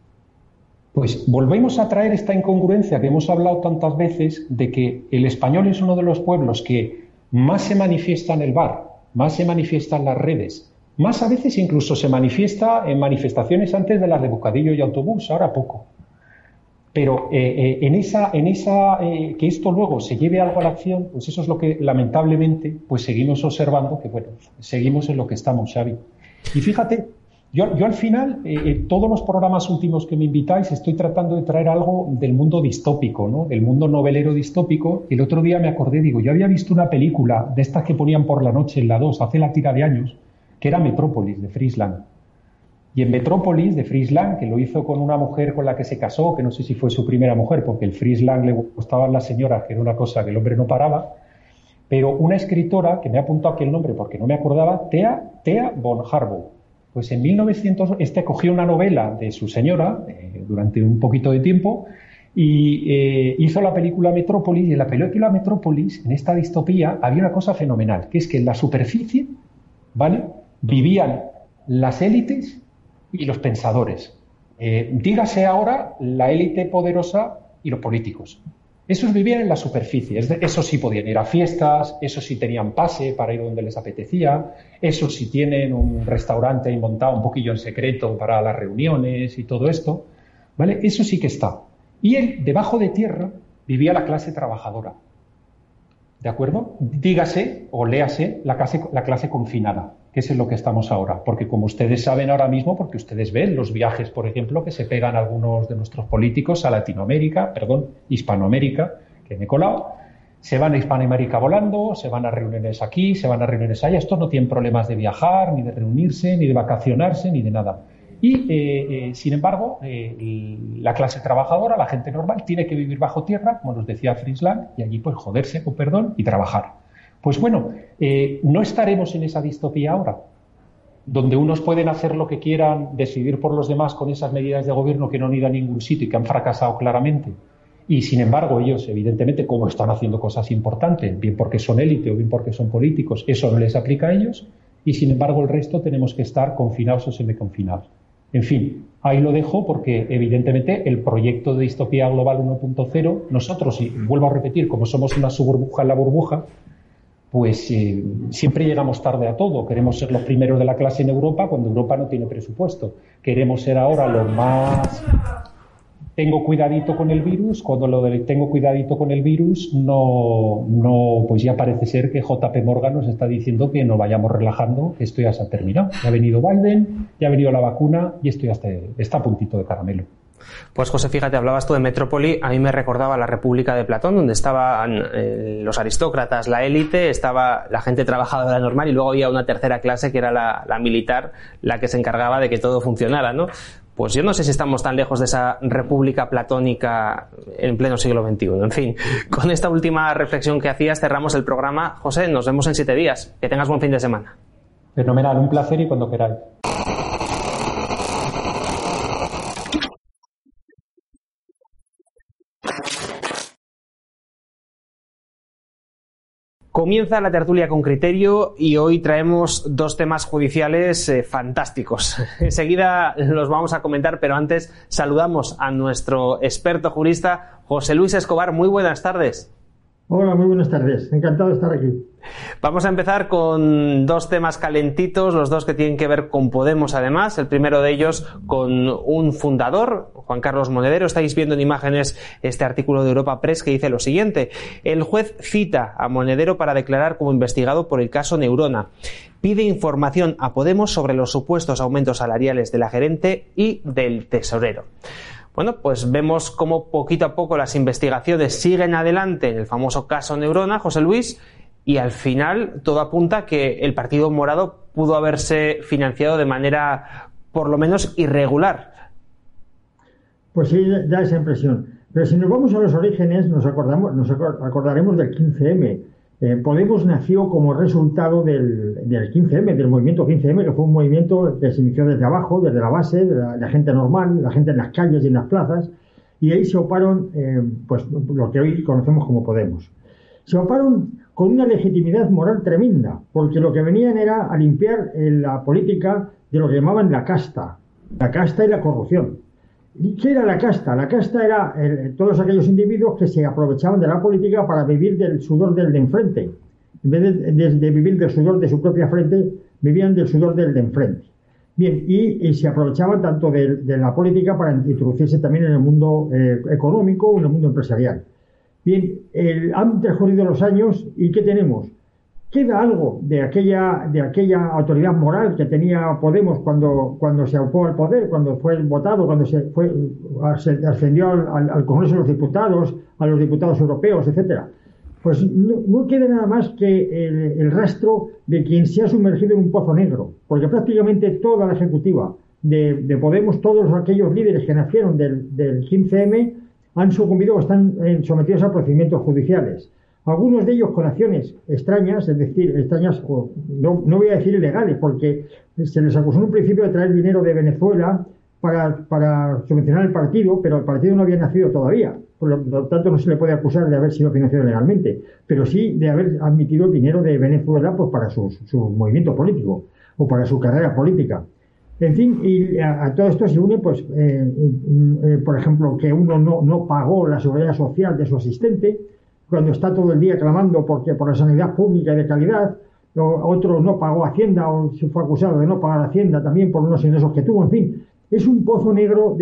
Pues volvemos a traer esta incongruencia que hemos hablado tantas veces de que el español es uno de los pueblos que más se manifiesta en el bar, más se manifiesta en las redes, más a veces incluso se manifiesta en manifestaciones antes de las de bocadillo y autobús, ahora poco. Pero que esto luego se lleve algo a la acción, pues eso es lo que lamentablemente pues seguimos observando, que bueno, seguimos en lo que estamos, Xavi. Y fíjate, yo al final, todos los programas últimos que me invitáis, estoy tratando de traer algo del mundo distópico, ¿no? Del mundo novelero distópico. El otro día me acordé, digo, yo había visto una película de estas que ponían por la noche en la 2, hace la tira de años, que era Metrópolis, de Fritz Lang. Y en Metrópolis, de Fritz Lang, que lo hizo con una mujer con la que se casó, que no sé si fue su primera mujer, porque el Fritz Lang le gustaban las señoras, que era una cosa que el hombre no paraba, pero una escritora, que me ha apuntado aquí el nombre porque no me acordaba, Thea von Harbaugh. Pues en 1900 cogió una novela de su señora durante un poquito de tiempo y hizo la película Metrópolis, y en la película Metrópolis, en esta distopía, había una cosa fenomenal, que es que en la superficie, ¿vale?, vivían las élites y los pensadores. Dígase ahora la élite poderosa y los políticos. Esos vivían en la superficie, esos sí podían ir a fiestas, esos sí tenían pase para ir donde les apetecía, esos sí tienen un restaurante ahí montado un poquillo en secreto para las reuniones y todo esto, ¿vale? Eso sí que está. Y él, debajo de tierra, vivía la clase trabajadora, ¿de acuerdo? Dígase o léase la clase confinada, que es en lo que estamos ahora, porque como ustedes saben ahora mismo, porque ustedes ven los viajes, por ejemplo, que se pegan algunos de nuestros políticos a Hispanoamérica, que me he colado, se van a Hispanoamérica volando, se van a reuniones aquí, se van a reuniones allá, estos no tienen problemas de viajar, ni de reunirse, ni de vacacionarse, ni de nada. Y, sin embargo, la clase trabajadora, la gente normal, tiene que vivir bajo tierra, como nos decía Fritz Lang, y allí pues joderse, con perdón, y trabajar. Pues bueno, no estaremos en esa distopía ahora. donde unos pueden hacer lo que quieran, decidir por los demás con esas medidas de gobierno que no han ido a ningún sitio y que han fracasado claramente. Y, sin embargo, ellos, evidentemente, como están haciendo cosas importantes, bien porque son élite o bien porque son políticos, eso no les aplica a ellos. Y, sin embargo, el resto tenemos que estar confinados o semiconfinados. En fin, ahí lo dejo porque, evidentemente, el proyecto de Distopía Global 1.0, nosotros, y vuelvo a repetir, como somos una subburbuja en la burbuja, pues siempre llegamos tarde a todo. Queremos ser los primeros de la clase en Europa cuando Europa no tiene presupuesto. Queremos ser ahora los más... Tengo cuidadito con el virus, cuando lo de tengo cuidadito con el virus, pues ya parece ser que JP Morgan nos está diciendo que nos vayamos relajando, que esto ya se ha terminado. Ya ha venido Biden, ya ha venido la vacuna y esto ya está a puntito de caramelo. Pues José, fíjate, hablabas tú de Metrópoli, a mí me recordaba la República de Platón, donde estaban los aristócratas, la élite, estaba la gente trabajadora normal y luego había una tercera clase que era la militar, la que se encargaba de que todo funcionara, ¿no? Pues yo no sé si estamos tan lejos de esa república platónica en pleno siglo XXI. En fin, con esta última reflexión que hacías cerramos el programa. José, nos vemos en 7 días. Que tengas buen fin de semana. Fenomenal, un placer y cuando queráis. Comienza la tertulia con criterio y hoy traemos 2 temas judiciales fantásticos. Enseguida los vamos a comentar, pero antes saludamos a nuestro experto jurista, José Luis Escobar. Muy buenas tardes. Hola, muy buenas tardes. Encantado de estar aquí. Vamos a empezar con 2 temas calentitos, los 2 que tienen que ver con Podemos además. El primero de ellos con un fundador, Juan Carlos Monedero. Estáis viendo en imágenes este artículo de Europa Press que dice lo siguiente. El juez cita a Monedero para declarar como investigado por el caso Neurona. Pide información a Podemos sobre los supuestos aumentos salariales de la gerente y del tesorero. Bueno, pues vemos cómo poquito a poco las investigaciones siguen adelante en el famoso caso Neurona, José Luis, y al final todo apunta a que el Partido Morado pudo haberse financiado de manera por lo menos irregular. Pues sí, da esa impresión. Pero si nos vamos a los orígenes, nos acordaremos del 15M. Podemos nació como resultado del 15M, del movimiento 15M, que fue un movimiento que se inició desde abajo, desde la base, de la gente normal, la gente en las calles y en las plazas, y ahí se oparon pues lo que hoy conocemos como Podemos. Se oparon con una legitimidad moral tremenda, porque lo que venían era a limpiar la política de lo que llamaban la casta y la corrupción. ¿Y qué era la casta? La casta era todos aquellos individuos que se aprovechaban de la política para vivir del sudor del de enfrente. En vez de vivir del sudor de su propia frente, vivían del sudor del de enfrente. Bien, y se aprovechaban tanto de la política para introducirse también en el mundo económico o en el mundo empresarial. Bien, han transcurrido los años y ¿qué tenemos? Queda algo de aquella autoridad moral que tenía Podemos cuando se ocupó al poder, cuando fue votado, cuando se ascendió al Congreso de los Diputados, a los diputados europeos, etcétera. Pues no queda nada más que el rastro de quien se ha sumergido en un pozo negro, porque prácticamente toda la ejecutiva de Podemos, todos aquellos líderes que nacieron del 15M, han sucumbido o están sometidos a procedimientos judiciales. Algunos de ellos con acciones extrañas, es decir, extrañas, no voy a decir ilegales, porque se les acusó en un principio de traer dinero de Venezuela para subvencionar el partido, pero el partido no había nacido todavía, por lo tanto no se le puede acusar de haber sido financiado legalmente, pero sí de haber admitido dinero de Venezuela pues para su movimiento político o para su carrera política. En fin, y a todo esto se une, pues, por ejemplo, que uno no pagó la seguridad social de su asistente, cuando está todo el día clamando por la sanidad pública y de calidad, otro no pagó Hacienda o se fue acusado de no pagar Hacienda también por unos ingresos que tuvo, en fin, es un pozo negro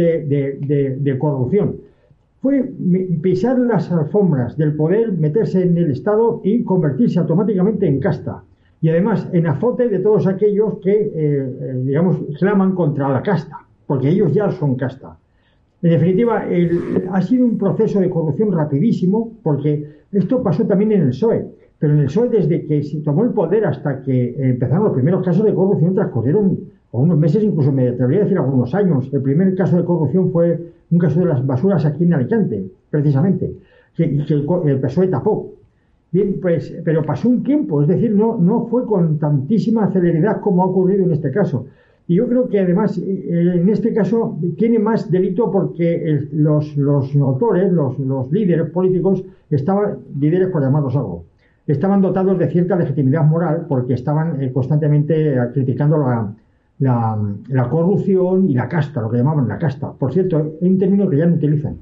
de corrupción. Fue pisar las alfombras del poder, meterse en el Estado y convertirse automáticamente en casta. Y además en azote de todos aquellos que, digamos, claman contra la casta, porque ellos ya son casta. En definitiva, ha sido un proceso de corrupción rapidísimo, porque esto pasó también en el PSOE, pero en el PSOE desde que se tomó el poder hasta que empezaron los primeros casos de corrupción transcurrieron unos meses, incluso me atrevería a decir algunos años. El primer caso de corrupción fue un caso de las basuras aquí en Alicante, precisamente, que el PSOE tapó. Bien, pues, pero pasó un tiempo, es decir, no fue con tantísima celeridad como ha ocurrido en este caso. Y yo creo que además, en este caso, tiene más delito porque los autores, los líderes políticos, líderes por llamarlos algo, estaban dotados de cierta legitimidad moral porque estaban constantemente criticando la corrupción y la casta, lo que llamaban la casta. Por cierto, hay un término que ya no utilizan.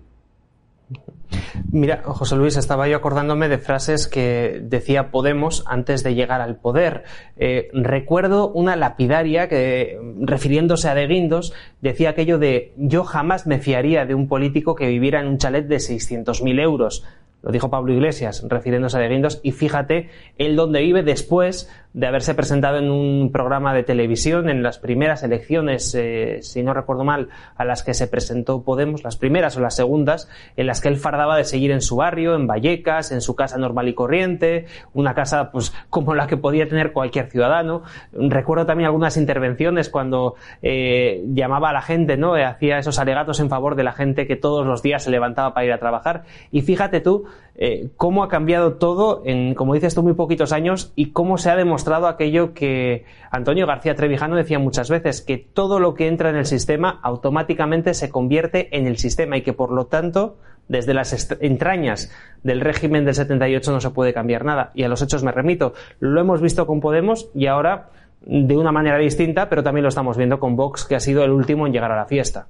Mira, José Luis, estaba yo acordándome de frases que decía Podemos antes de llegar al poder. Recuerdo una lapidaria que, refiriéndose a De Guindos, decía aquello de: yo jamás me fiaría de un político que viviera en un chalet de 600.000 euros. Lo dijo Pablo Iglesias, refiriéndose a De Guindos, y fíjate él dónde vive después de haberse presentado en un programa de televisión en las primeras elecciones, si no recuerdo mal, a las que se presentó Podemos, las primeras o las segundas, en las que él fardaba de seguir en su barrio, en Vallecas, en su casa normal y corriente, una casa pues como la que podía tener cualquier ciudadano. Recuerdo también algunas intervenciones cuando llamaba a la gente, ¿no? Hacía esos alegatos en favor de la gente que todos los días se levantaba para ir a trabajar. Y fíjate tú cómo ha cambiado todo en, como dices tú, muy poquitos años, y cómo se ha demostrado aquello que Antonio García Trevijano decía muchas veces, que todo lo que entra en el sistema automáticamente se convierte en el sistema y que por lo tanto desde las entrañas del régimen del 78 no se puede cambiar nada. Y a los hechos me remito. Lo hemos visto con Podemos y ahora de una manera distinta, pero también lo estamos viendo con Vox, que ha sido el último en llegar a la fiesta.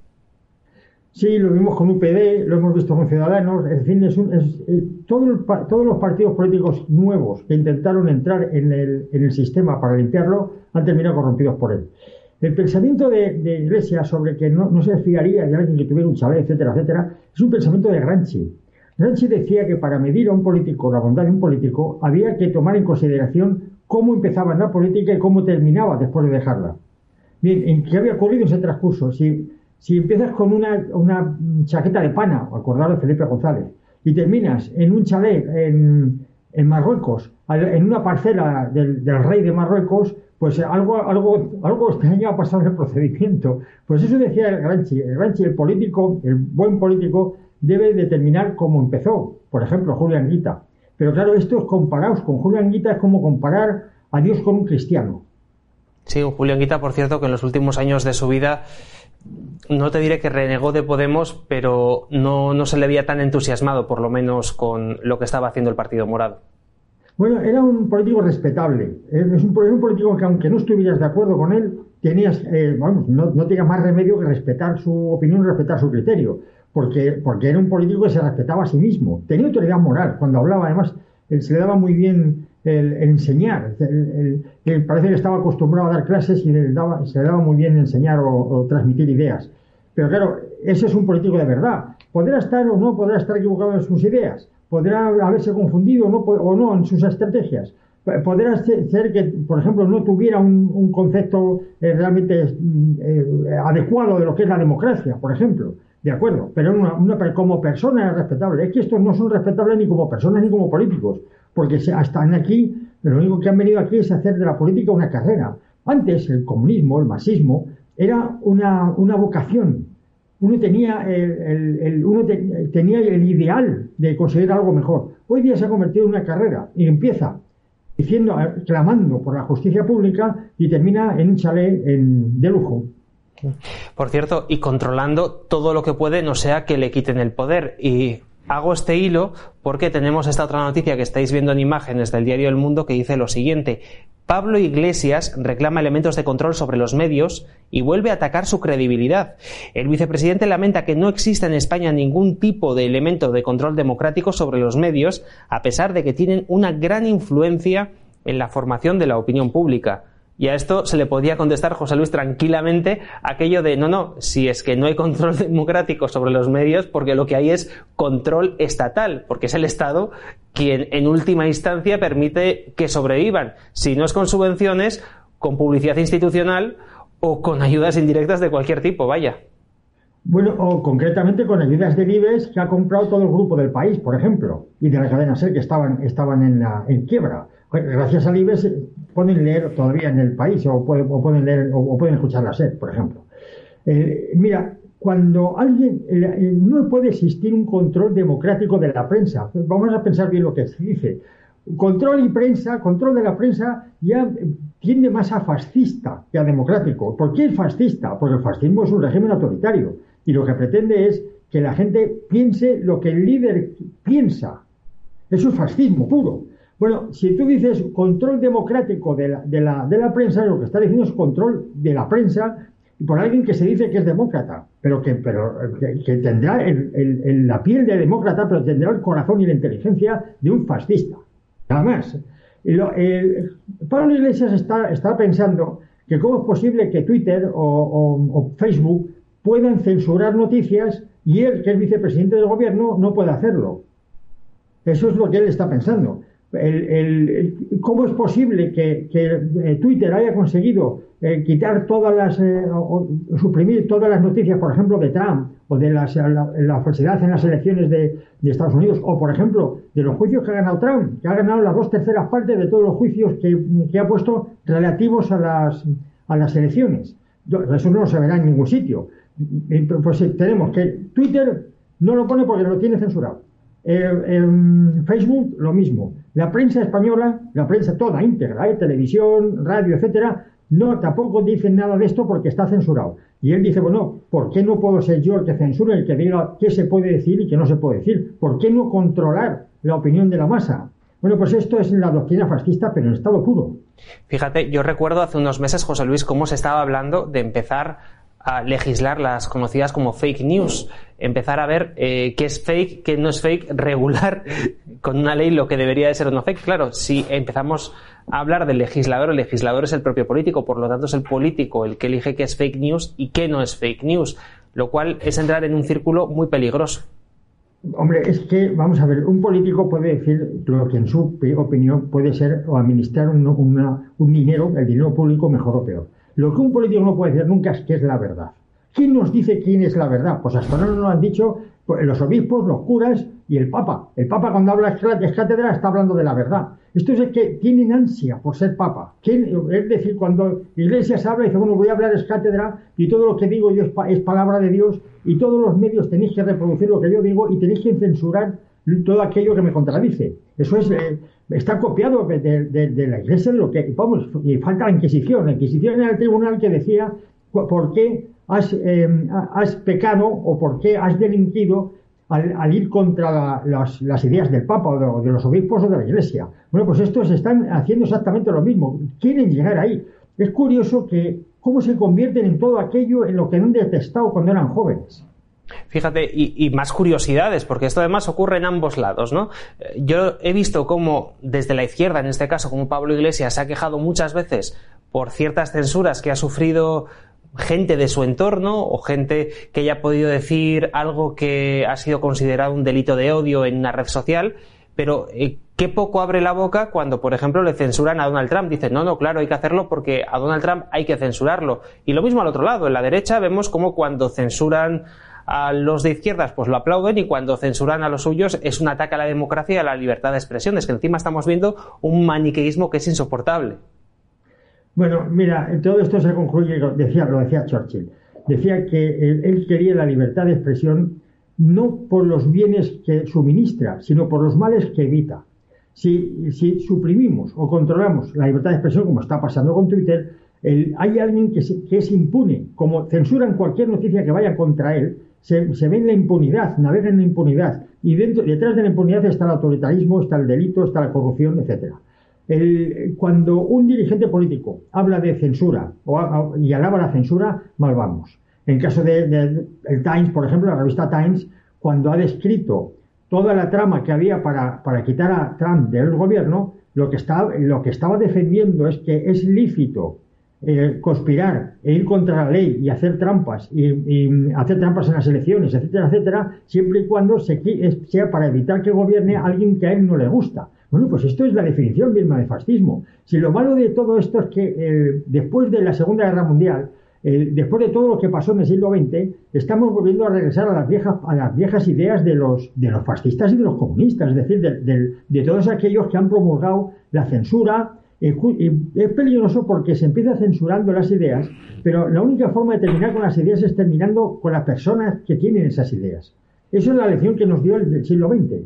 Sí, lo vimos con UPD, lo hemos visto con Ciudadanos, en fin, todos los partidos políticos nuevos que intentaron entrar en el sistema para limpiarlo han terminado corrompidos por él. El pensamiento de Iglesias sobre que no se fiaría de alguien que tuviera un chalet, etcétera, etcétera, es un pensamiento de Gramsci. Gramsci decía que para medir a un político, la bondad de un político, había que tomar en consideración cómo empezaba en la política y cómo terminaba después de dejarla. Bien, ¿en qué había ocurrido en ese transcurso? Si empiezas con una chaqueta de pana, acordaros de Felipe González, y terminas en un chalet en Marruecos, en una parcela del rey de Marruecos, pues algo extraño ha pasado en el procedimiento. Pues eso decía Gramsci. El político, el buen político, debe determinar cómo empezó. Por ejemplo, Julián Guita. Pero claro, estos comparados con Julián Guita es como comparar a Dios con un cristiano. Sí, Julián Guita, por cierto, que en los últimos años de su vida, no te diré que renegó de Podemos, pero no se le veía tan entusiasmado, por lo menos, con lo que estaba haciendo el Partido Morado. Bueno, era un político respetable. Es un político que, aunque no estuvieras de acuerdo con él, no tenías más remedio que respetar su opinión, respetar su criterio. Porque era un político que se respetaba a sí mismo. Tenía autoridad moral. Cuando hablaba, además, se le daba muy bien el enseñar. Parece que estaba acostumbrado a dar clases y se le daba muy bien enseñar o transmitir ideas. Pero claro, ese es un político de verdad. Podrá estar o no, podrá estar equivocado en sus ideas. Podrá haberse confundido o no en sus estrategias. Podrá ser que, por ejemplo, no tuviera un concepto realmente adecuado de lo que es la democracia, por ejemplo. De acuerdo, pero como persona es respetable. Es que estos no son respetables ni como personas ni como políticos, porque hasta aquí, lo único que han venido aquí es hacer de la política una carrera. Antes el comunismo, el marxismo, era una vocación. Uno tenía tenía el ideal de conseguir algo mejor. Hoy día se ha convertido en una carrera y empieza clamando por la justicia pública y termina en un chalet de lujo. Por cierto, y controlando todo lo que puede, no sea que le quiten el poder. Y hago este hilo porque tenemos esta otra noticia que estáis viendo en imágenes del diario El Mundo, que dice lo siguiente: Pablo Iglesias reclama elementos de control sobre los medios y vuelve a atacar su credibilidad. El vicepresidente lamenta que no existe en España ningún tipo de elemento de control democrático sobre los medios, a pesar de que tienen una gran influencia en la formación de la opinión pública. Y a esto se le podía contestar, José Luis, tranquilamente aquello de no, si es que no hay control democrático sobre los medios, porque lo que hay es control estatal, porque es el Estado quien en última instancia permite que sobrevivan, si no es con subvenciones, con publicidad institucional o con ayudas indirectas de cualquier tipo, vaya. Bueno, o concretamente con ayudas del IBEX que ha comprado todo el grupo del País, por ejemplo, y de la cadena SER que estaban en quiebra. Gracias al IBEX pueden leer todavía en el País o pueden leer o pueden escuchar la SER, por ejemplo. Mira, cuando no puede existir un control democrático de la prensa. Vamos a pensar bien lo que se dice. control de la prensa ya tiende más a fascista que a democrático. ¿Por qué es fascista? Porque el fascismo es un régimen autoritario y lo que pretende es que la gente piense lo que el líder piensa. Eso es fascismo puro. Bueno, si tú dices control democrático de la prensa, lo que está diciendo es control de la prensa por alguien que se dice que es demócrata, pero que tendrá la piel de demócrata, pero tendrá el corazón y la inteligencia de un fascista. Nada más. Pablo Iglesias está pensando que cómo es posible que Twitter o Facebook puedan censurar noticias y él, que es vicepresidente del gobierno, no puede hacerlo. Eso es lo que él está pensando. ¿Cómo es posible que Twitter haya conseguido quitar suprimir todas las noticias, por ejemplo, de Trump o de la falsedad en las elecciones de Estados Unidos, o por ejemplo de los juicios que ha ganado Trump, que ha ganado las 2/3 partes de todos los juicios que ha puesto relativos a las elecciones? Eso no se verá en ningún sitio. Pues tenemos que Twitter no lo pone porque lo tiene censurado. Facebook lo mismo. La prensa española, la prensa toda íntegra, televisión, radio, etcétera, tampoco dicen nada de esto porque está censurado. Y él dice, bueno, ¿por qué no puedo ser yo el que censure, el que diga qué se puede decir y qué no se puede decir? ¿Por qué no controlar la opinión de la masa? Bueno, pues esto es la doctrina fascista, pero en estado puro. Fíjate, yo recuerdo hace unos meses, José Luis, cómo se estaba hablando de empezar a legislar las conocidas como fake news, empezar a ver qué es fake, qué no es fake, regular con una ley lo que debería de ser o no fake. Claro, si empezamos a hablar del legislador, el legislador es el propio político, por lo tanto es el político el que elige qué es fake news y qué no es fake news, lo cual es entrar en un círculo muy peligroso. Hombre, es que, vamos a ver, un político puede decir lo que en su opinión puede ser o administrar un dinero, el dinero público, mejor o peor. Lo que un político no puede decir nunca es que es la verdad. ¿Quién nos dice quién es la verdad? Pues hasta ahora nos lo han dicho los obispos, los curas y el Papa. El Papa, cuando habla de cátedra, está hablando de la verdad. Esto es que tienen ansia por ser Papa. Es decir, cuando Iglesias habla y dice, bueno, voy a hablar es cátedra y todo lo que digo yo es palabra de Dios y todos los medios tenéis que reproducir lo que yo digo y tenéis que censurar todo aquello que me contradice. Eso está copiado de la Iglesia, de lo que, vamos, y falta la Inquisición. La Inquisición era el tribunal que decía por qué has pecado o por qué has delinquido al ir contra las ideas del Papa o de los obispos o de la Iglesia. Bueno, pues estos están haciendo exactamente lo mismo. Quieren llegar ahí. Es curioso que cómo se convierten en todo aquello en lo que han detestado cuando eran jóvenes. Fíjate, y más curiosidades, porque esto además ocurre en ambos lados, ¿no? Yo he visto cómo desde la izquierda, en este caso, como Pablo Iglesias, se ha quejado muchas veces por ciertas censuras que ha sufrido gente de su entorno o gente que haya podido decir algo que ha sido considerado un delito de odio en una red social, pero qué poco abre la boca cuando, por ejemplo, le censuran a Donald Trump. Dicen, no, claro, hay que hacerlo porque a Donald Trump hay que censurarlo. Y lo mismo al otro lado, en la derecha vemos como cuando censuran a los de izquierdas pues lo aplauden y cuando censuran a los suyos es un ataque a la democracia y a la libertad de expresión. Es que encima estamos viendo un maniqueísmo que es insoportable. Bueno, mira, todo esto se concluye, lo decía Churchill. Decía que él quería la libertad de expresión no por los bienes que suministra, sino por los males que evita. Si suprimimos o controlamos la libertad de expresión, como está pasando con Twitter, hay alguien que es impune. Como censuran cualquier noticia que vaya contra él, se ve en la impunidad, navega en la impunidad. Y detrás de la impunidad está el autoritarismo, está el delito, está la corrupción, etcétera. Cuando un dirigente político habla de censura y alaba la censura, mal vamos. En el caso del Times, por ejemplo, la revista Times, cuando ha descrito toda la trama que había para quitar a Trump del gobierno, lo que estaba defendiendo es que es lícito conspirar e ir contra la ley y hacer trampas y hacer trampas en las elecciones, etcétera, etcétera, siempre y cuando sea para evitar que gobierne alguien que a él no le gusta. Bueno, pues esto es la definición misma de fascismo. Si lo malo de todo esto es que después de la Segunda Guerra Mundial, después de todo lo que pasó en el siglo XX, estamos volviendo a regresar a las viejas ideas de los fascistas y de los comunistas, es decir, de todos aquellos que han promulgado la censura. Es peligroso porque se empieza censurando las ideas, pero la única forma de terminar con las ideas es terminando con las personas que tienen esas ideas. Eso es la lección que nos dio el siglo XX.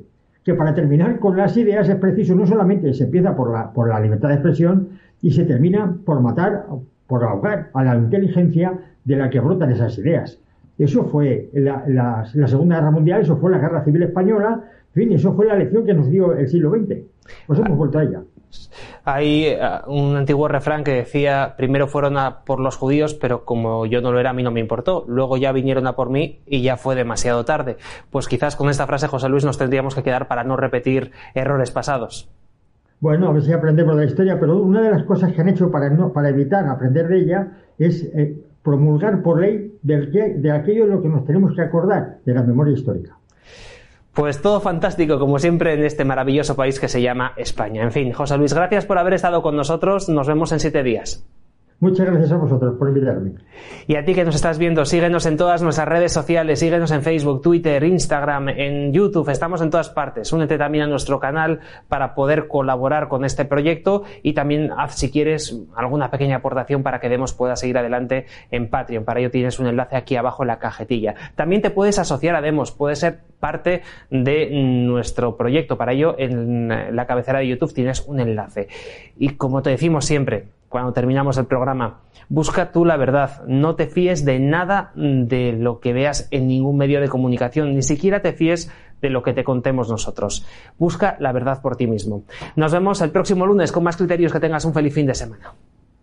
que para terminar con las ideas es preciso no solamente se empieza por la libertad de expresión y se termina por matar, por ahogar a la inteligencia de la que brotan esas ideas. Eso fue la Segunda Guerra Mundial, eso fue la Guerra Civil Española, en fin, eso fue la lección que nos dio el siglo XX. Pues hemos vuelto a ella. Hay un antiguo refrán que decía: primero fueron a por los judíos, pero como yo no lo era, a mí no me importó. Luego ya vinieron a por mí y ya fue demasiado tarde. Pues quizás con esta frase, José Luis, nos tendríamos que quedar para no repetir errores pasados. Bueno, a ver si aprendemos de la historia, pero una de las cosas que han hecho para evitar aprender de ella es promulgar por ley de aquello de lo que nos tenemos que acordar, de la memoria histórica. Pues todo fantástico, como siempre, en este maravilloso país que se llama España. En fin, José Luis, gracias por haber estado con nosotros. Nos vemos en 7 días. Muchas gracias a vosotros por invitarme. Y a ti que nos estás viendo, síguenos en todas nuestras redes sociales, síguenos en Facebook, Twitter, Instagram, en YouTube, estamos en todas partes. Únete también a nuestro canal para poder colaborar con este proyecto y también haz, si quieres, alguna pequeña aportación para que Demos pueda seguir adelante en Patreon. Para ello tienes un enlace aquí abajo en la cajetilla. También te puedes asociar a Demos, puedes ser parte de nuestro proyecto. Para ello, en la cabecera de YouTube tienes un enlace. Y como te decimos siempre, cuando terminamos el programa, busca tú la verdad, no te fíes de nada de lo que veas en ningún medio de comunicación, ni siquiera te fíes de lo que te contemos nosotros. Busca la verdad por ti mismo. Nos vemos el próximo lunes con más criterios. Que tengas un feliz fin de semana.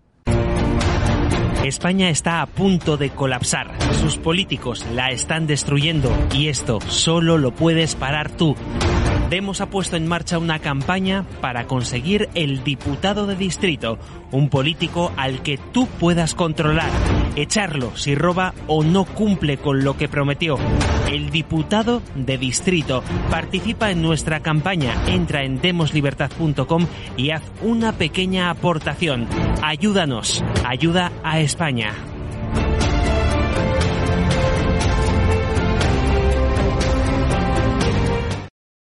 España está a punto de colapsar. Sus políticos la están destruyendo y esto solo lo puedes parar tú. Demos ha puesto en marcha una campaña para conseguir el diputado de distrito, un político al que tú puedas controlar, echarlo si roba o no cumple con lo que prometió. El diputado de distrito. Participa en nuestra campaña, entra en demoslibertad.com y haz una pequeña aportación. Ayúdanos, ayuda a España.